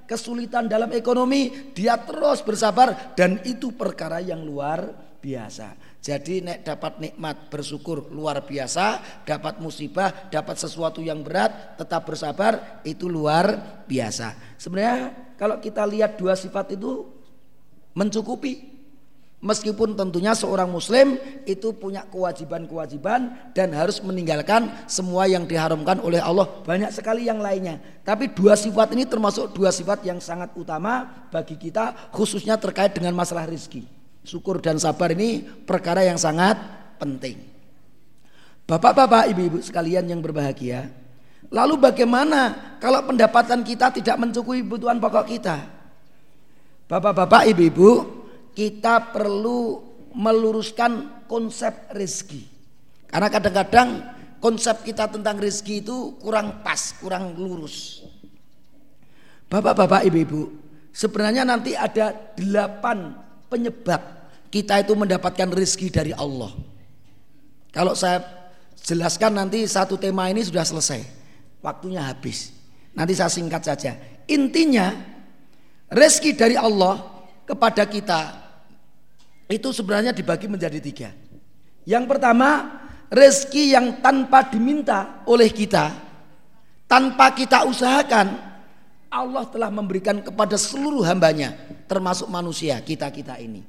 kesulitan dalam ekonomi, dia terus bersabar dan itu perkara yang luar biasa. Jadi nek dapat nikmat bersyukur luar biasa, dapat musibah, dapat sesuatu yang berat tetap bersabar itu luar biasa. Sebenarnya kalau kita lihat dua sifat itu mencukupi. Meskipun tentunya seorang muslim itu punya kewajiban-kewajiban dan harus meninggalkan semua yang diharamkan oleh Allah, banyak sekali yang lainnya. Tapi dua sifat ini termasuk dua sifat yang sangat utama bagi kita, khususnya terkait dengan masalah rezeki. Syukur dan sabar ini perkara yang sangat penting. Bapak-bapak, ibu-ibu sekalian yang berbahagia, lalu bagaimana kalau pendapatan kita tidak mencukupi kebutuhan pokok kita? Bapak-bapak, ibu-ibu, kita perlu meluruskan konsep rezeki. Karena kadang-kadang konsep kita tentang rezeki itu kurang pas, kurang lurus. Bapak-bapak, ibu-ibu, sebenarnya nanti ada delapan penyebab kita itu mendapatkan rezeki dari Allah. Kalau saya jelaskan nanti satu tema ini sudah selesai, waktunya habis. Nanti saya singkat saja. Intinya rezeki dari Allah kepada kita itu sebenarnya dibagi menjadi tiga. Yang pertama, rezeki yang tanpa diminta oleh kita, tanpa kita usahakan, Allah telah memberikan kepada seluruh hambanya, termasuk manusia kita-kita ini.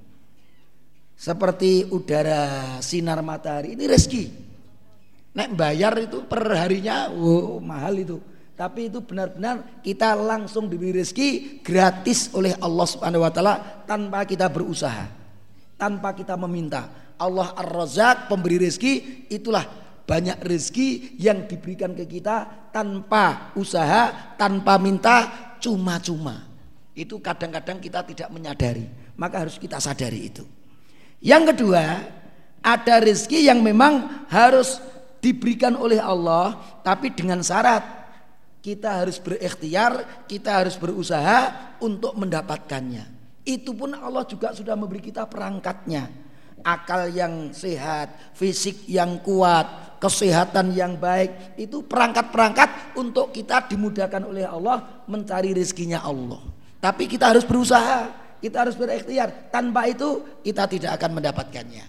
Seperti udara, sinar matahari, ini rezeki. Nek bayar itu per harinya, wow, mahal itu. Tapi itu benar-benar kita langsung diberi rezeki gratis oleh Allah Subhanahu wa taala tanpa kita berusaha, tanpa kita meminta. Allah Ar-Razzaq, pemberi rezeki, itulah banyak rezeki yang diberikan ke kita tanpa usaha, tanpa minta, cuma-cuma. Itu kadang-kadang kita tidak menyadari, maka harus kita sadari itu. Yang kedua, ada rezeki yang memang harus diberikan oleh Allah, tapi dengan syarat kita harus berikhtiar, kita harus berusaha untuk mendapatkannya. Itu pun Allah juga sudah memberi kita perangkatnya. Akal yang sehat, fisik yang kuat, kesehatan yang baik, itu perangkat-perangkat untuk kita dimudahkan oleh Allah mencari rezekinya Allah. Tapi kita harus berusaha, kita harus berikhtiar. Tanpa itu kita tidak akan mendapatkannya.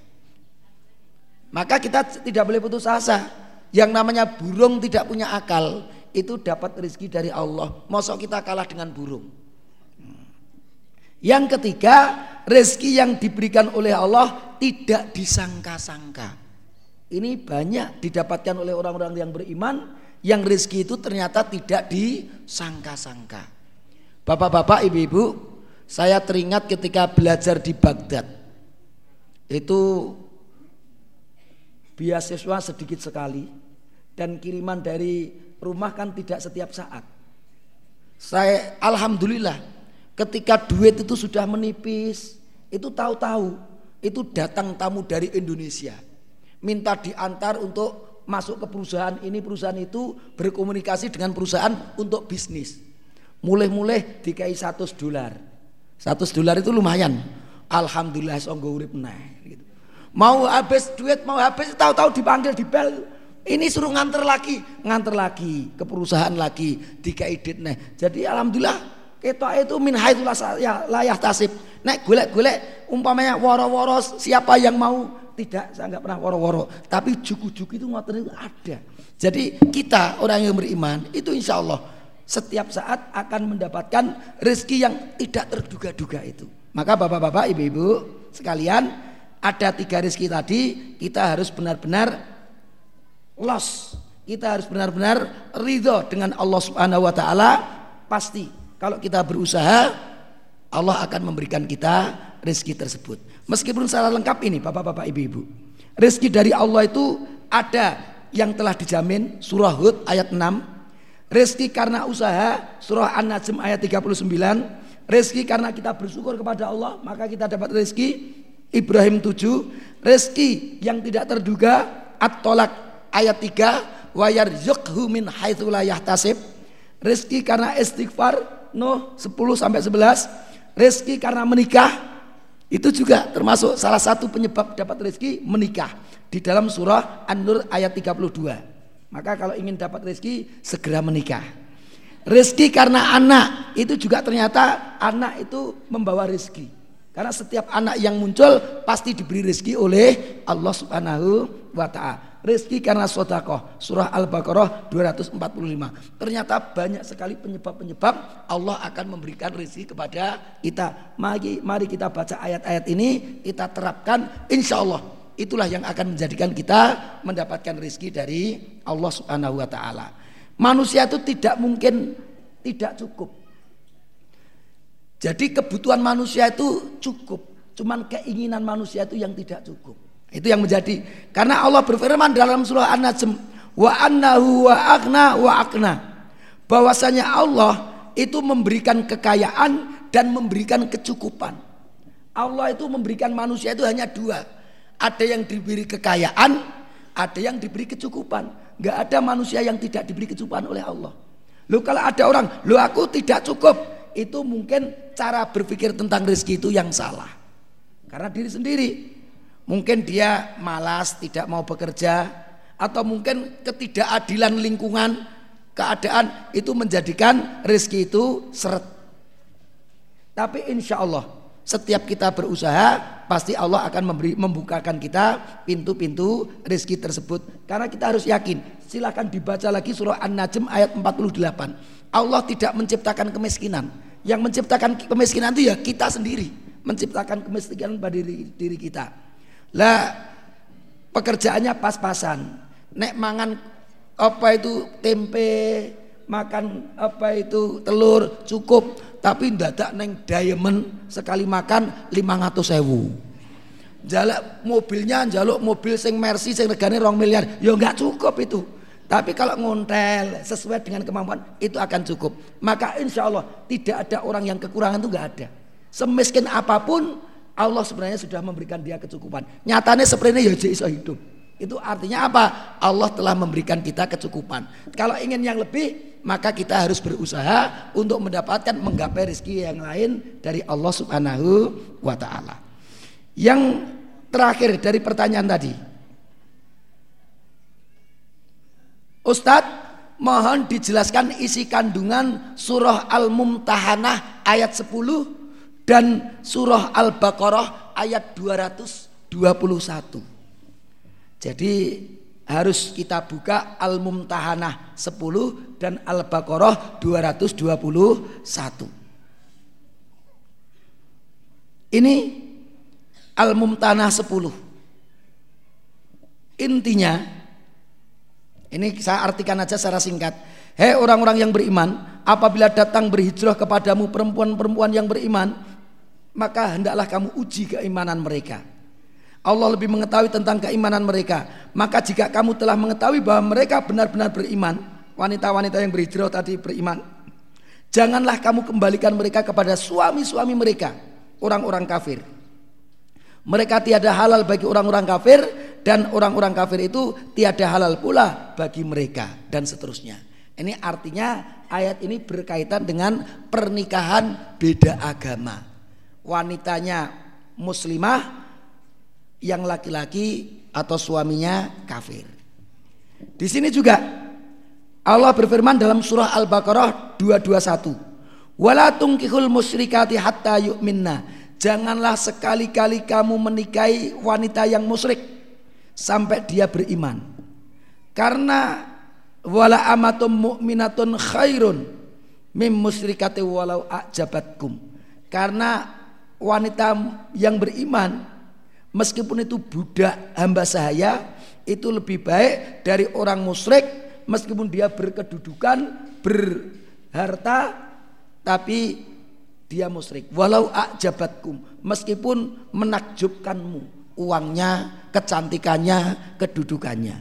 Maka kita tidak boleh putus asa. Yang namanya burung tidak punya akal, itu dapat rezeki dari Allah. Masa kita kalah dengan burung? Yang ketiga, rezeki yang diberikan oleh Allah tidak disangka-sangka. Ini banyak didapatkan oleh orang-orang yang beriman, yang rezeki itu ternyata tidak disangka-sangka. Bapak-bapak, ibu-ibu, saya teringat ketika belajar di Baghdad. Itu beasiswa sedikit sekali dan kiriman dari rumah kan tidak setiap saat. Saya alhamdulillah ketika duit itu sudah menipis, itu tahu-tahu itu datang tamu dari Indonesia, minta diantar untuk masuk ke perusahaan ini, perusahaan itu, berkomunikasi dengan perusahaan untuk bisnis. Mulai-mulai dikai seratus dolar, seratus dolar itu lumayan. Alhamdulillah songgo urip meneh gitu. Mau habis duit, mau habis, tahu-tahu dipanggil di bel. Ini suruh nganter lagi, nganter lagi ke perusahaan lagi, dikai dit neh. Jadi alhamdulillah kita itu min haitsu la yahtasib. Nek golek-golek umpamanya woro-woro siapa yang mau, tidak, saya enggak pernah woro-woro. Tapi juku-juku itu ngoten itu ada. Jadi kita orang yang beriman itu insya Allah setiap saat akan mendapatkan rezeki yang tidak terduga-duga itu. Maka bapak-bapak, ibu-ibu sekalian, ada tiga rezeki tadi, kita harus benar-benar los, kita harus benar-benar ridho dengan Allah Subhanahu wa taala. Pasti kalau kita berusaha, Allah akan memberikan kita rezeki tersebut. Meskipun secara lengkap ini bapak-bapak, ibu-ibu, rezeki dari Allah itu ada yang telah dijamin, surah Hud ayat enam, rezeki karena usaha, surah An-Najm ayat tiga puluh sembilan, rezeki karena kita bersyukur kepada Allah maka kita dapat rezeki, Ibrahim tujuh, rezeki yang tidak terduga, At-Tolak ayat tiga, wa yarzuqhu min haitsu la yahtasib, rezeki karena istighfar, Nuh sepuluh sampai sebelas, rezeki karena menikah, itu juga termasuk salah satu penyebab dapat rezeki, menikah, di dalam surah An-Nur ayat tiga puluh dua. Maka kalau ingin dapat rezeki segera menikah. Rezeki karena anak, itu juga ternyata anak itu membawa rezeki. Karena setiap anak yang muncul pasti diberi rezeki oleh Allah Subhanahu wa ta'ala. Rezeki karena sedekah, surah Al-Baqarah dua ratus empat puluh lima. Ternyata banyak sekali penyebab-penyebab Allah akan memberikan rezeki kepada kita. Mari, mari kita baca ayat-ayat ini, kita terapkan, insya Allah itulah yang akan menjadikan kita mendapatkan rezeki dari Allah Subhanahu wa ta'ala. Manusia itu tidak mungkin tidak cukup. Jadi kebutuhan manusia itu cukup, cuman keinginan manusia itu yang tidak cukup. Itu yang menjadi, karena Allah berfirman dalam surah An-Najm, wa annahu wa aghna wa aqna, bahwasanya Allah itu memberikan kekayaan dan memberikan kecukupan. Allah itu memberikan manusia itu hanya dua, ada yang diberi kekayaan, ada yang diberi kecukupan. Gak ada manusia yang tidak diberi kecukupan oleh Allah. Loh, kalau ada orang, loh aku tidak cukup, itu mungkin cara berpikir tentang rezeki itu yang salah. Karena diri sendiri, mungkin dia malas, tidak mau bekerja, atau mungkin ketidakadilan lingkungan, keadaan itu menjadikan rezeki itu seret. Tapi insya Allah setiap kita berusaha, pasti Allah akan memberi, membukakan kita pintu-pintu rezeki tersebut. Karena kita harus yakin. Silakan dibaca lagi surah An-Najm ayat empat puluh delapan. Allah tidak menciptakan kemiskinan. Yang menciptakan kemiskinan itu ya kita sendiri, menciptakan kemiskinan pada diri, diri kita. Lah pekerjaannya pas-pasan. Nek mangan apa itu tempe, makan apa itu telur cukup, tapi ndadak neng diamond sekali makan lima ratus ribu. Jaluk mobilnya jaluk mobil sing Mercy sing regane rong miliar, ya enggak cukup itu. Tapi kalau ngontel sesuai dengan kemampuan itu akan cukup. Maka insya Allah tidak ada orang yang kekurangan, itu enggak ada. Semiskin apapun Allah sebenarnya sudah memberikan dia kecukupan. Nyatanya sebenarnya ya iso hidup. Itu artinya apa? Allah telah memberikan kita kecukupan. Kalau ingin yang lebih, maka kita harus berusaha untuk mendapatkan menggapai rezeki yang lain dari Allah Subhanahu wa ta'ala. Yang terakhir dari pertanyaan tadi, Ustadz, mohon dijelaskan isi kandungan surah Al-Mumtahanah ayat sepuluh dan surah Al-Baqarah ayat dua ratus dua puluh satu. Jadi harus kita buka Al-Mumtahanah sepuluh dan Al-Baqarah dua ratus dua puluh satu. Ini Al-Mumtahanah sepuluh. Intinya, ini saya artikan aja secara singkat. Hei orang-orang yang beriman, apabila datang berhijrah kepadamu perempuan-perempuan yang beriman, maka hendaklah kamu uji keimanan mereka. Allah lebih mengetahui tentang keimanan mereka. Maka jika kamu telah mengetahui bahwa mereka benar-benar beriman, wanita-wanita yang berhijrah tadi beriman, janganlah kamu kembalikan mereka kepada suami-suami mereka, orang-orang kafir. Mereka tiada halal bagi orang-orang kafir, dan orang-orang kafir itu tiada halal pula bagi mereka, dan seterusnya. Ini artinya ayat ini berkaitan dengan pernikahan beda agama. Wanitanya muslimah, yang laki-laki atau suaminya kafir. Di sini juga Allah berfirman dalam surah Al-Baqarah dua ratus dua puluh satu. Wala tunkihul musyrikati hatta yu'minna. Janganlah sekali-kali kamu menikahi wanita yang musyrik sampai dia beriman. Karena wala amatum mu'minatun khairun mim musyrikati walau a'jabatkum. Karena wanita yang beriman, meskipun itu budak hamba sahaya, itu lebih baik dari orang musyrik, meskipun dia berkedudukan, berharta, tapi dia musyrik. Walau a'jabatkum, meskipun menakjubkanmu, uangnya, kecantikannya, kedudukannya.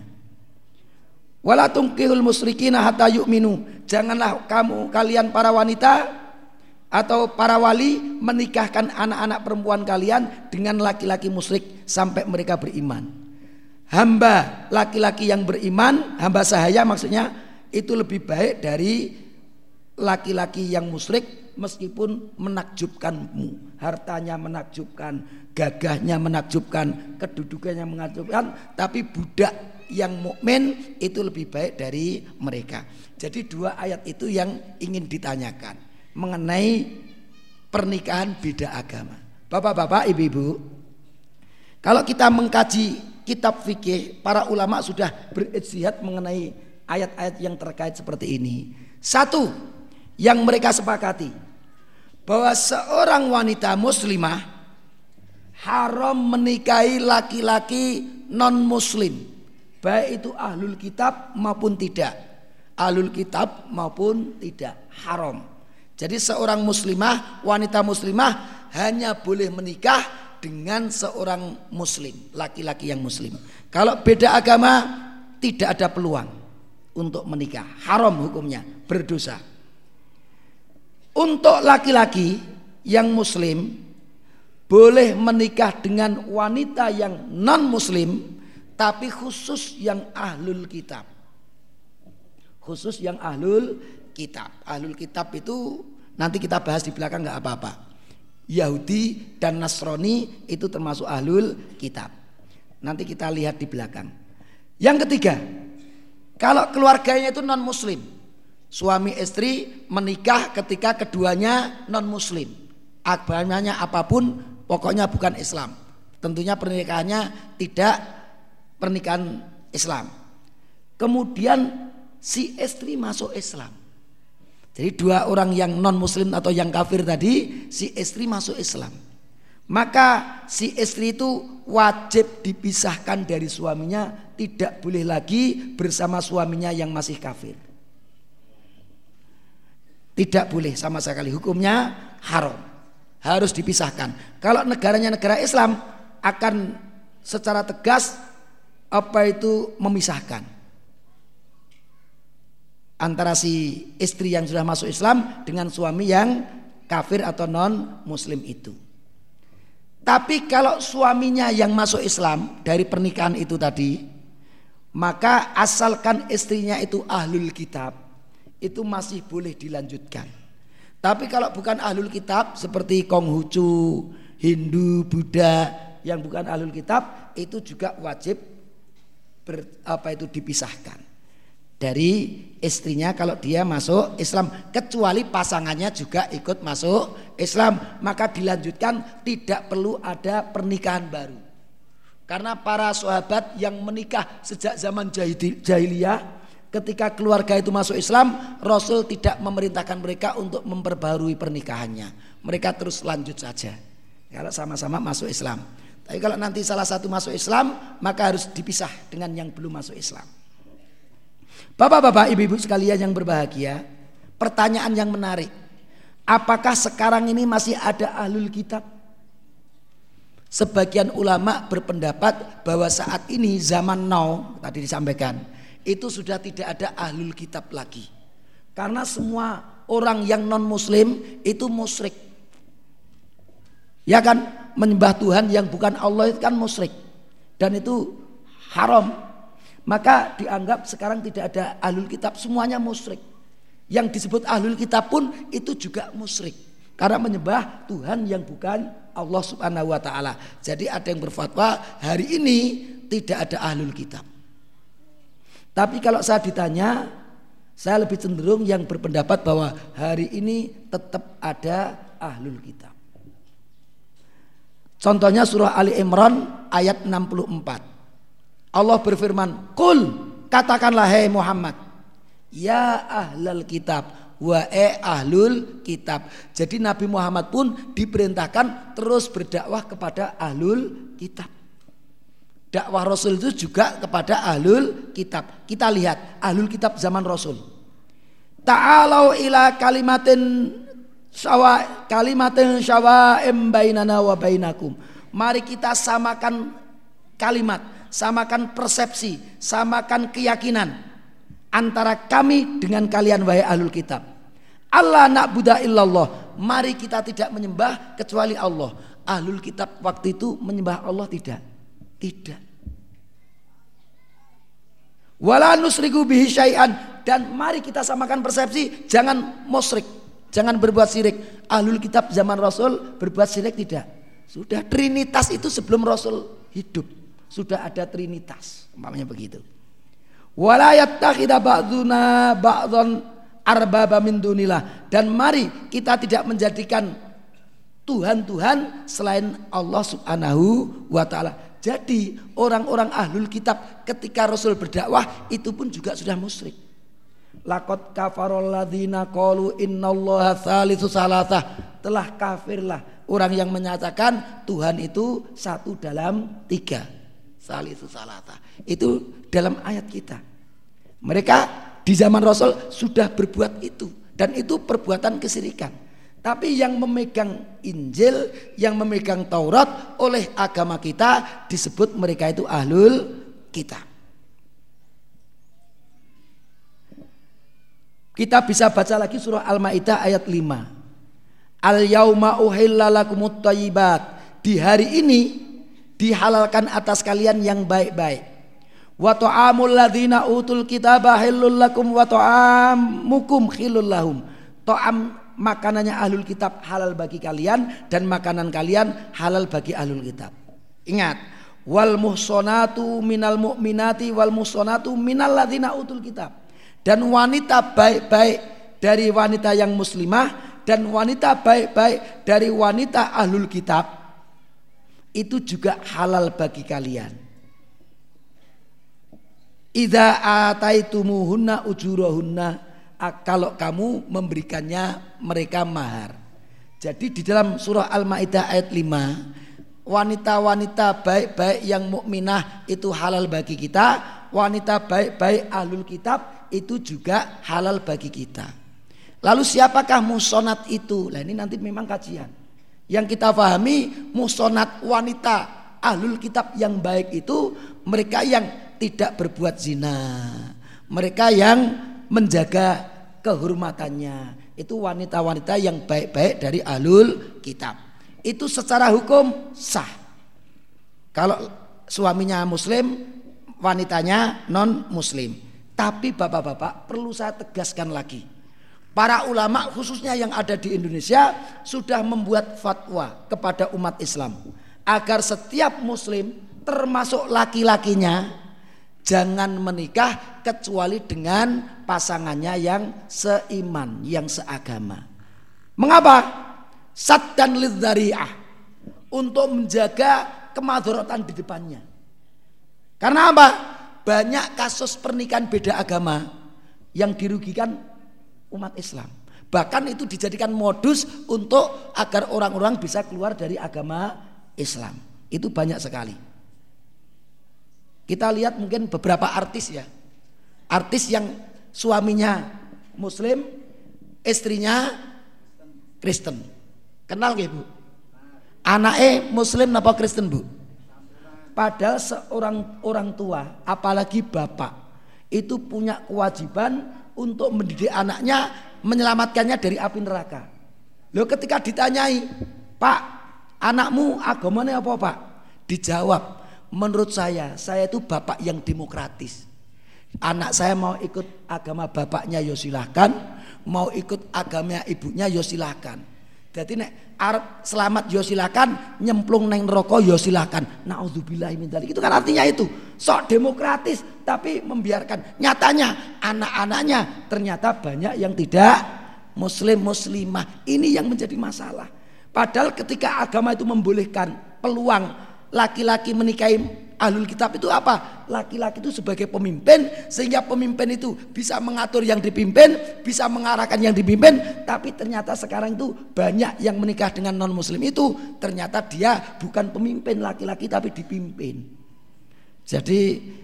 Wala tunkihul musyrikina hatta yu'minu. Janganlah kamu kalian para wanita atau para wali menikahkan anak-anak perempuan kalian dengan laki-laki musyrik sampai mereka beriman. Hamba laki-laki yang beriman, hamba sahaya maksudnya, itu lebih baik dari laki-laki yang musyrik meskipun menakjubkanmu. Hartanya menakjubkan, gagahnya menakjubkan, kedudukannya menakjubkan, tapi budak yang mukmin itu lebih baik dari mereka. Jadi dua ayat itu yang ingin ditanyakan mengenai pernikahan beda agama. Bapak-bapak, ibu-ibu, kalau kita mengkaji kitab fikih, para ulama sudah berijtihad mengenai ayat-ayat yang terkait seperti ini. Satu, yang mereka sepakati bahwa seorang wanita muslimah haram menikahi laki-laki non muslim, baik itu ahlul kitab maupun tidak, ahlul kitab maupun tidak, haram. Jadi seorang muslimah, wanita muslimah hanya boleh menikah dengan seorang muslim, laki-laki yang muslim. Kalau beda agama tidak ada peluang untuk menikah, haram hukumnya, berdosa. Untuk laki-laki yang muslim boleh menikah dengan wanita yang non muslim, tapi khusus yang ahlul kitab. Khusus yang ahlul kitab. Ahlul kitab itu nanti kita bahas di belakang, nggak apa-apa. Yahudi dan Nasrani itu termasuk ahlul kitab. Nanti kita lihat di belakang. Yang ketiga, kalau keluarganya itu non muslim, suami istri menikah ketika keduanya non muslim, agamanya apapun, pokoknya bukan Islam. Tentunya pernikahannya tidak pernikahan Islam. Kemudian si istri masuk Islam. Jadi dua orang yang non muslim atau yang kafir tadi, si istri masuk Islam, maka si istri itu wajib dipisahkan dari suaminya, tidak boleh lagi bersama suaminya yang masih kafir. Tidak boleh sama sekali, hukumnya haram, harus dipisahkan. Kalau negaranya negara Islam akan secara tegas apa itu memisahkan antara si istri yang sudah masuk Islam dengan suami yang kafir atau non muslim itu. Tapi kalau suaminya yang masuk Islam dari pernikahan itu tadi, maka asalkan istrinya itu ahlul kitab, itu masih boleh dilanjutkan. Tapi kalau bukan ahlul kitab seperti Konghucu, Hindu, Buddha yang bukan ahlul kitab, itu juga wajib ber, apa itu dipisahkan dari istrinya kalau dia masuk Islam, kecuali pasangannya juga ikut masuk Islam, maka dilanjutkan, tidak perlu ada pernikahan baru. Karena para sahabat yang menikah sejak zaman jahiliyah, ketika keluarga itu masuk Islam, Rasul tidak memerintahkan mereka untuk memperbarui pernikahannya. Mereka terus lanjut saja kalau sama-sama masuk Islam. Tapi kalau nanti salah satu masuk Islam, maka harus dipisah dengan yang belum masuk Islam. Bapak-bapak, ibu-ibu sekalian yang berbahagia, pertanyaan yang menarik, apakah sekarang ini masih ada ahlul kitab? Sebagian ulama berpendapat bahwa saat ini zaman now tadi disampaikan, itu sudah tidak ada ahlul kitab lagi. Karena semua orang yang non muslim itu musyrik. Ya kan, menyembah Tuhan yang bukan Allah itu kan musyrik, dan itu haram. Maka dianggap sekarang tidak ada ahlul kitab, semuanya musyrik. Yang disebut ahlul kitab pun itu juga musyrik, karena menyembah Tuhan yang bukan Allah subhanahu wa ta'ala. Jadi ada yang berfatwa hari ini tidak ada ahlul kitab. Tapi kalau saya ditanya, saya lebih cenderung yang berpendapat bahwa hari ini tetap ada ahlul kitab. Contohnya surah Ali Imran ayat enam puluh empat. Allah berfirman, "Qul," katakanlah hai Muhammad, ya ahlul kitab, wa e ahlul kitab. Jadi Nabi Muhammad pun diperintahkan terus berdakwah kepada ahlul kitab. Dakwah Rasul itu juga kepada ahlul kitab. Kita lihat ahlul kitab zaman Rasul. Ta'alau ila kalimatin syawa kalimatin syawa'im bainana wa bainakum. Mari kita samakan kalimat, samakan persepsi, samakan keyakinan antara kami dengan kalian wahai ahlul kitab. Allah na'budu illallah, mari kita tidak menyembah kecuali Allah. Ahlul kitab waktu itu menyembah Allah tidak? Tidak. Wala nusriku bihi syai'an, dan mari kita samakan persepsi, jangan musyrik, jangan berbuat syirik. Ahlul kitab zaman Rasul berbuat syirik tidak? Sudah, trinitas itu sebelum Rasul hidup sudah ada trinitas, umpamanya begitu. Wala yattakhidha ba'duna ba'dhan arbaba min dunillah, dan mari kita tidak menjadikan Tuhan-Tuhan selain Allah Subhanahu wa ta'ala. Jadi orang-orang ahlul kitab ketika Rasul berdakwah itu pun juga sudah musyrik. Laqad kafarul ladzina qalu innallaha tsalitsu salasah. Telah kafirlah orang yang menyatakan Tuhan itu satu dalam tiga. Tsalitsu salasah. Itu dalam ayat kita. Mereka di zaman Rasul sudah berbuat itu, dan itu perbuatan kesyirikan. Tapi yang memegang Injil, yang memegang Taurat oleh agama kita disebut mereka itu ahlul kitab. Kita bisa baca lagi surah Al-Maidah ayat lima. Al-yauma uhilla lakumut thayyibat. Di hari ini dihalalkan atas kalian yang baik-baik. Wa ta'amul ladzina utul kitaba halul lakum wa ta'amukum khilul lahum. Ta'am makanannya ahlul kitab halal bagi kalian, dan makanan kalian halal bagi ahlul kitab. Ingat, wal muhsonatu minal mu'minati wal muhsonatu minal ladzina utul kitab. Dan wanita baik-baik dari wanita yang muslimah dan wanita baik-baik dari wanita ahlul kitab itu juga halal bagi kalian. Idza ataitumuhunna ujurahunna, kalau kamu memberikannya mereka mahar. Jadi di dalam surah Al-Maidah ayat lima, wanita-wanita baik-baik yang mukminah itu halal bagi kita, wanita baik-baik ahlul kitab itu juga halal bagi kita. Lalu siapakah musonat itu? Nah ini nanti memang kajian. Yang kita pahami musonat wanita ahlul kitab yang baik itu mereka yang tidak berbuat zina, mereka yang menjaga kehormatannya, itu wanita-wanita yang baik-baik dari ahlul kitab. Itu secara hukum sah. Kalau suaminya muslim, wanitanya non muslim. Tapi bapak-bapak perlu saya tegaskan lagi, para ulama khususnya yang ada di Indonesia sudah membuat fatwa kepada umat Islam agar setiap muslim termasuk laki-lakinya jangan menikah kecuali dengan pasangannya yang seiman, yang seagama. Mengapa? Saddan lidzari'ah, untuk menjaga kemadharatan di depannya. Karena apa? Banyak kasus pernikahan beda agama yang dirugikan umat Islam. Bahkan itu dijadikan modus untuk agar orang-orang bisa keluar dari agama Islam. Itu banyak sekali. Kita lihat mungkin beberapa artis ya, artis yang suaminya muslim, istrinya Kristen. Kenal nggih Bu? Anaknya muslim napa Kristen Bu? Padahal seorang orang tua, apalagi bapak, itu punya kewajiban untuk mendidik anaknya, menyelamatkannya dari api neraka. Loh ketika ditanyai, Pak, anakmu agamanya apa Pak? Dijawab, menurut saya, saya itu bapak yang demokratis. Anak saya mau ikut agama bapaknya ya silahkan, mau ikut agama ibunya ya silahkan. Jadi nek arep selamat ya silahkan, nyemplung neng neraka ya silahkan. Nauzubillahi min dzalik. Itu kan artinya itu sok demokratis tapi membiarkan. Nyatanya anak-anaknya ternyata banyak yang tidak muslim muslimah. Ini yang menjadi masalah. Padahal ketika agama itu membolehkan peluang laki-laki menikahi ahlul kitab itu apa? Laki-laki itu sebagai pemimpin, sehingga pemimpin itu bisa mengatur yang dipimpin, bisa mengarahkan yang dipimpin. Tapi ternyata sekarang itu banyak yang menikah dengan non muslim itu ternyata dia bukan pemimpin laki-laki tapi dipimpin. Jadi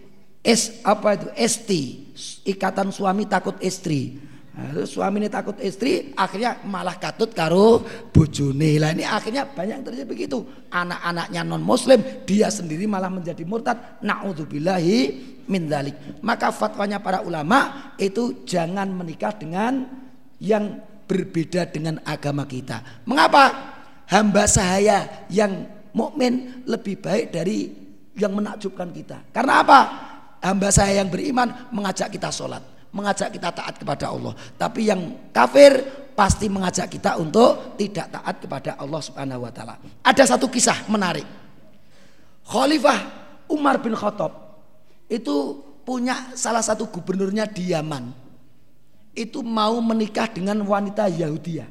es apa itu esti, ikatan suami takut istri. Nah, suami ini takut istri, akhirnya malah katut karo bojone. Lah ini akhirnya banyak yang terjadi begitu. Anak-anaknya non muslim, dia sendiri malah menjadi murtad. Na'udzubillahi min dzalik. Maka fatwanya para ulama itu jangan menikah dengan yang berbeda dengan agama kita. Mengapa? Hamba sahaya yang mukmin lebih baik dari yang menakjubkan kita. Karena apa? Hamba saya yang beriman mengajak kita sholat, mengajak kita taat kepada Allah. Tapi yang kafir pasti mengajak kita untuk tidak taat kepada Allah Subhanahu wa taala. Ada satu kisah menarik. Khalifah Umar bin Khattab itu punya salah satu gubernurnya di Yaman, itu mau menikah dengan wanita Yahudiya.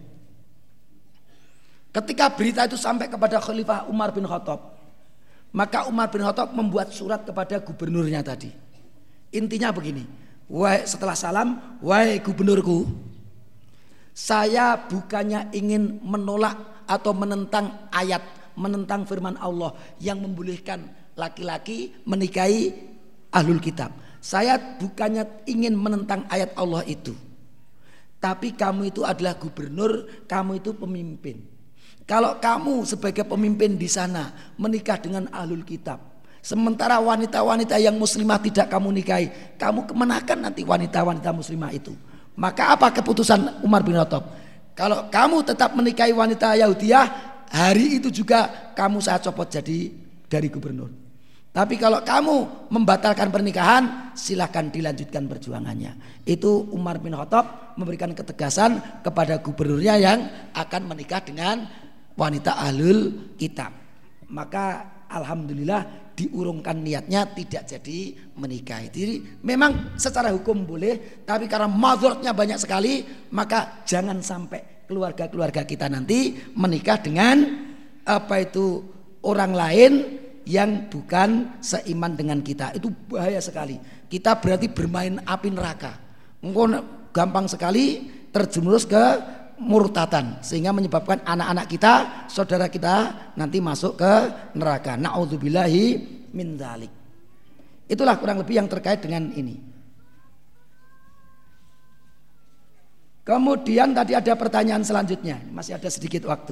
Ketika berita itu sampai kepada Khalifah Umar bin Khattab, maka Umar bin Khattab membuat surat kepada gubernurnya tadi. Intinya begini, wahai, setelah salam, wahai gubernurku, saya bukannya ingin menolak atau menentang ayat, menentang firman Allah yang membolehkan laki-laki menikahi ahlul kitab. Saya bukannya ingin menentang ayat Allah itu, tapi kamu itu adalah gubernur, kamu itu pemimpin. Kalau kamu sebagai pemimpin di sana menikah dengan ahlul kitab, sementara wanita-wanita yang muslimah tidak kamu nikahi, kamu kemenakan nanti wanita-wanita muslimah itu. Maka apa keputusan Umar bin Khattab? Kalau kamu tetap menikahi wanita Yahudiyah, hari itu juga kamu saya copot jadi dari gubernur. Tapi kalau kamu membatalkan pernikahan, silahkan dilanjutkan perjuangannya. Itu Umar bin Khattab memberikan ketegasan kepada gubernurnya yang akan menikah dengan wanita ahlul kitab. Maka alhamdulillah diurungkan niatnya, tidak jadi menikah. Jadi memang secara hukum boleh, tapi karena mazharnya banyak sekali, maka jangan sampai keluarga-keluarga kita nanti menikah dengan apa itu orang lain yang bukan seiman dengan kita. Itu bahaya sekali. Kita berarti bermain api neraka. Engkau gampang sekali terjerumus ke murtatan, sehingga menyebabkan anak-anak kita, saudara kita nanti masuk ke neraka. Na'udzubillahi min dzalik. Itulah kurang lebih yang terkait dengan ini. Kemudian tadi ada pertanyaan selanjutnya, masih ada sedikit waktu.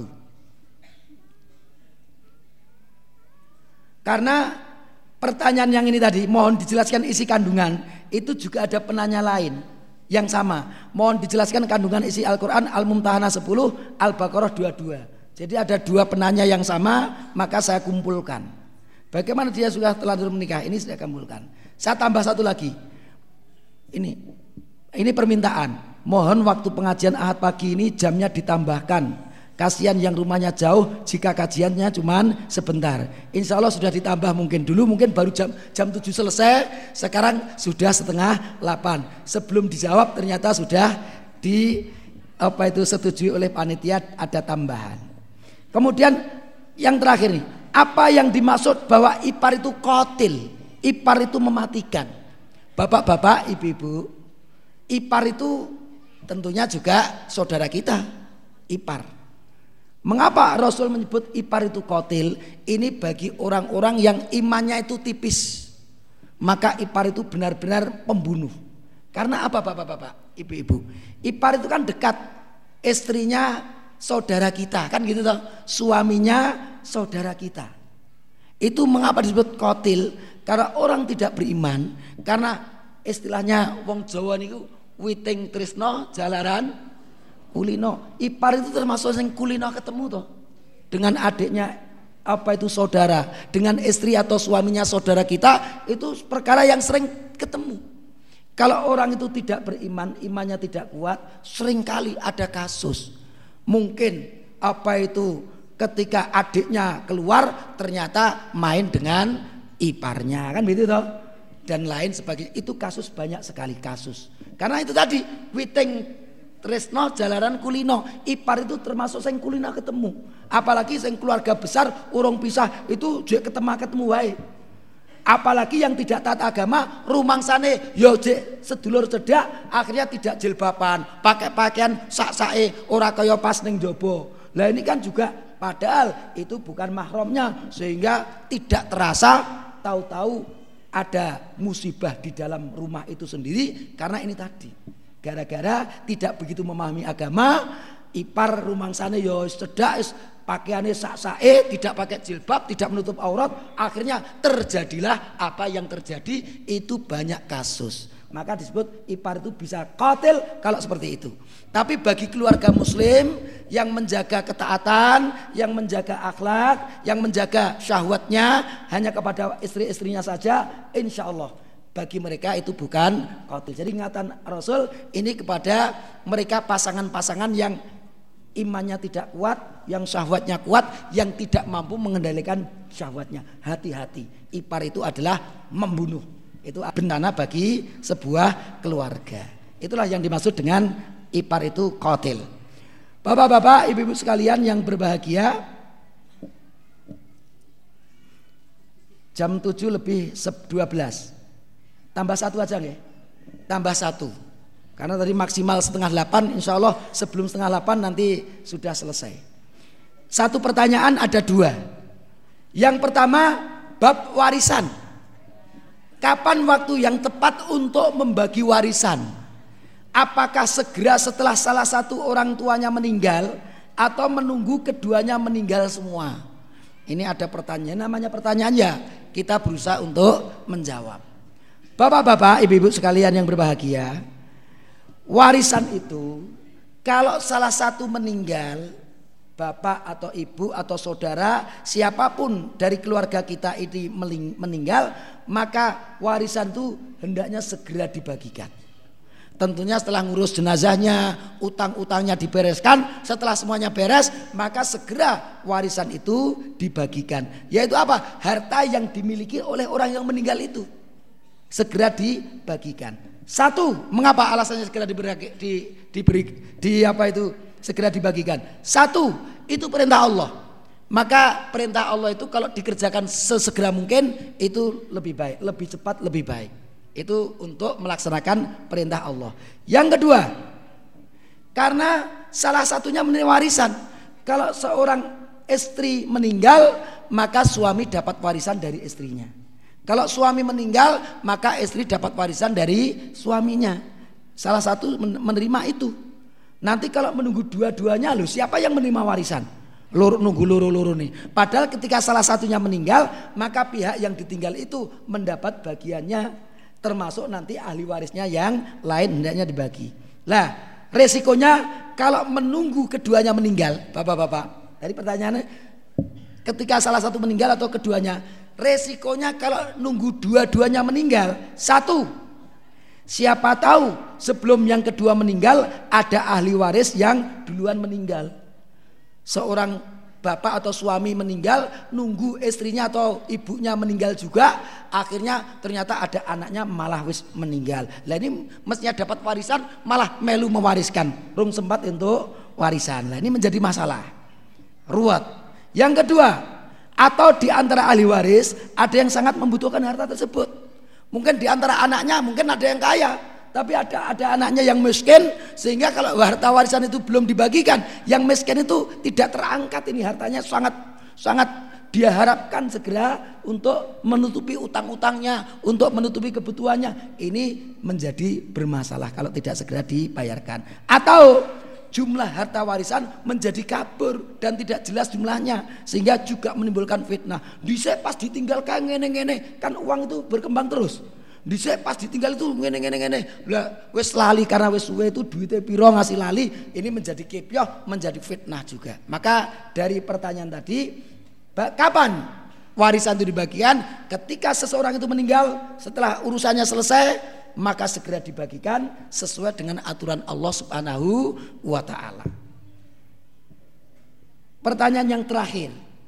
Karena pertanyaan yang ini tadi, mohon dijelaskan isi kandungan, itu juga ada penanya lain yang sama. Mohon dijelaskan kandungan isi Al-Quran, Al-Mumtahanah sepuluh, Al-Baqarah dua puluh dua. Jadi ada dua penanya yang sama, maka saya kumpulkan. Bagaimana dia sudah telanjur menikah, ini saya kumpulkan. Saya tambah satu lagi. Ini, ini permintaan. Mohon waktu pengajian Ahad pagi ini jamnya ditambahkan. Kasihan yang rumahnya jauh jika kajiannya cuman sebentar. Insya Allah sudah ditambah, mungkin dulu mungkin baru jam jam tujuh selesai, sekarang sudah setengah delapan. Sebelum dijawab ternyata sudah di apa itu setujui oleh panitia, ada tambahan. Kemudian yang terakhir nih, apa yang dimaksud bahwa ipar itu qatil? Ipar itu mematikan. Bapak-bapak, ibu-ibu, ipar itu tentunya juga saudara kita, ipar. Mengapa Rasul menyebut ipar itu qatil? Ini bagi orang-orang yang imannya itu tipis. Maka ipar itu benar-benar pembunuh. Karena apa bapak-bapak, ibu-ibu? Ipar itu kan dekat, istrinya saudara kita, kan gitu toh? Suaminya saudara kita. Itu mengapa disebut qatil? Karena orang tidak beriman. Karena istilahnya wong Jawa niku witing tresno jalaran kulino. Ipar itu termasuk yang kulino ketemu toh dengan adiknya apa itu saudara, dengan istri atau suaminya saudara kita, itu perkara yang sering ketemu. Kalau orang itu tidak beriman, imannya tidak kuat, seringkali ada kasus. Mungkin apa itu ketika adiknya keluar ternyata main dengan iparnya, kan begitu toh, dan lain sebagainya. Itu kasus, banyak sekali kasus. Karena itu tadi witing tresno jalaran kulino, ipar itu termasuk sing kulino ketemu. Apalagi sing keluarga besar urung pisah itu jek ketemu-ketemu wae. Apalagi yang tidak taat agama, rumangsane yo jek sedulur cedak, akhirnya tidak jilbaban, pakai pakaian sak-sake ora kaya pas ning jaba. Lah ini kan juga padahal itu bukan mahramnya, sehingga tidak terasa, tahu-tahu ada musibah di dalam rumah itu sendiri karena ini tadi. Gara-gara tidak begitu memahami agama, ipar rumangsane yo cedak, pakaiannya sak-sake, tidak pakai jilbab, tidak menutup aurat, akhirnya terjadilah apa yang terjadi. Itu banyak kasus. Maka disebut ipar itu bisa qatil kalau seperti itu. Tapi bagi keluarga muslim yang menjaga ketaatan, yang menjaga akhlak, yang menjaga syahwatnya hanya kepada istri-istrinya saja, insya Allah bagi mereka itu bukan qatil. Jadi ingatan Rasul ini kepada mereka pasangan-pasangan yang imannya tidak kuat, yang syahwatnya kuat, yang tidak mampu mengendalikan syahwatnya. Hati-hati, ipar itu adalah membunuh. Itu bentana bagi sebuah keluarga. Itulah yang dimaksud dengan ipar itu qatil. Bapak-bapak, ibu-ibu sekalian yang berbahagia, jam tujuh lebih dua belas. Tambah satu aja nggih? Tambah satu. Karena tadi maksimal setengah delapan, insya Allah sebelum setengah delapan nanti sudah selesai. Satu pertanyaan ada dua. Yang pertama bab warisan. Kapan waktu yang tepat untuk membagi warisan? Apakah segera setelah salah satu orang tuanya meninggal atau menunggu keduanya meninggal semua? Ini ada pertanyaan, namanya pertanyaan ya. Kita berusaha untuk menjawab. Bapak-bapak, ibu-ibu sekalian yang berbahagia, warisan itu kalau salah satu meninggal, bapak atau ibu atau saudara siapapun dari keluarga kita ini meninggal, maka warisan itu hendaknya segera dibagikan. Tentunya setelah ngurus jenazahnya, utang-utangnya dibereskan, setelah semuanya beres, maka segera warisan itu dibagikan. Yaitu apa? Harta yang dimiliki oleh orang yang meninggal itu segera dibagikan. Satu, mengapa alasannya segera diberi, di, diberi di apa itu segera dibagikan? Satu, itu perintah Allah. Maka perintah Allah itu kalau dikerjakan sesegera mungkin itu lebih baik, lebih cepat, lebih baik. Itu untuk melaksanakan perintah Allah. Yang kedua, karena salah satunya menerima warisan. Kalau seorang istri meninggal, maka suami dapat warisan dari istrinya. Kalau suami meninggal, maka istri dapat warisan dari suaminya. Salah satu menerima itu. Nanti kalau menunggu dua-duanya, loh siapa yang menerima warisan? Loro, nunggu loro-loro nih. Padahal ketika salah satunya meninggal, maka pihak yang ditinggal itu mendapat bagiannya, termasuk nanti ahli warisnya yang lain hendaknya dibagi. Lah, resikonya kalau menunggu keduanya meninggal, bapak-bapak. Tadi pertanyaannya, ketika salah satu meninggal atau keduanya, resikonya kalau nunggu dua-duanya meninggal, satu, siapa tahu sebelum yang kedua meninggal ada ahli waris yang duluan meninggal. Seorang bapak atau suami meninggal, nunggu istrinya atau ibunya meninggal juga, akhirnya ternyata ada anaknya malah wis meninggal. Lah ini mestinya dapat warisan malah melu mewariskan, rung sempat untuk warisan. Lah ini menjadi masalah, ruwet. Yang kedua, atau di antara ahli waris ada yang sangat membutuhkan harta tersebut. Mungkin di antara anaknya mungkin ada yang kaya, tapi ada ada anaknya yang miskin, sehingga kalau harta warisan itu belum dibagikan, yang miskin itu tidak terangkat, ini hartanya sangat sangat dia harapkan segera untuk menutupi utang-utangnya, untuk menutupi kebutuhannya. Ini menjadi bermasalah kalau tidak segera dibayarkan. Atau jumlah harta warisan menjadi kabur dan tidak jelas jumlahnya, sehingga juga menimbulkan fitnah. Dhisik pas ditinggalkan ngene-ngene, kan uang itu berkembang terus. Dhisik pas ditinggal itu ngene-ngene-ngene. Lah wis lali karena wis suwe itu duitnya piro ngasih lali, ini menjadi kepyoh, menjadi fitnah juga. Maka dari pertanyaan tadi, kapan warisan itu dibagikan? Ketika seseorang itu meninggal, setelah urusannya selesai, maka segera dibagikan sesuai dengan aturan Allah Subhanahu wa ta'ala. Pertanyaan yang terakhir,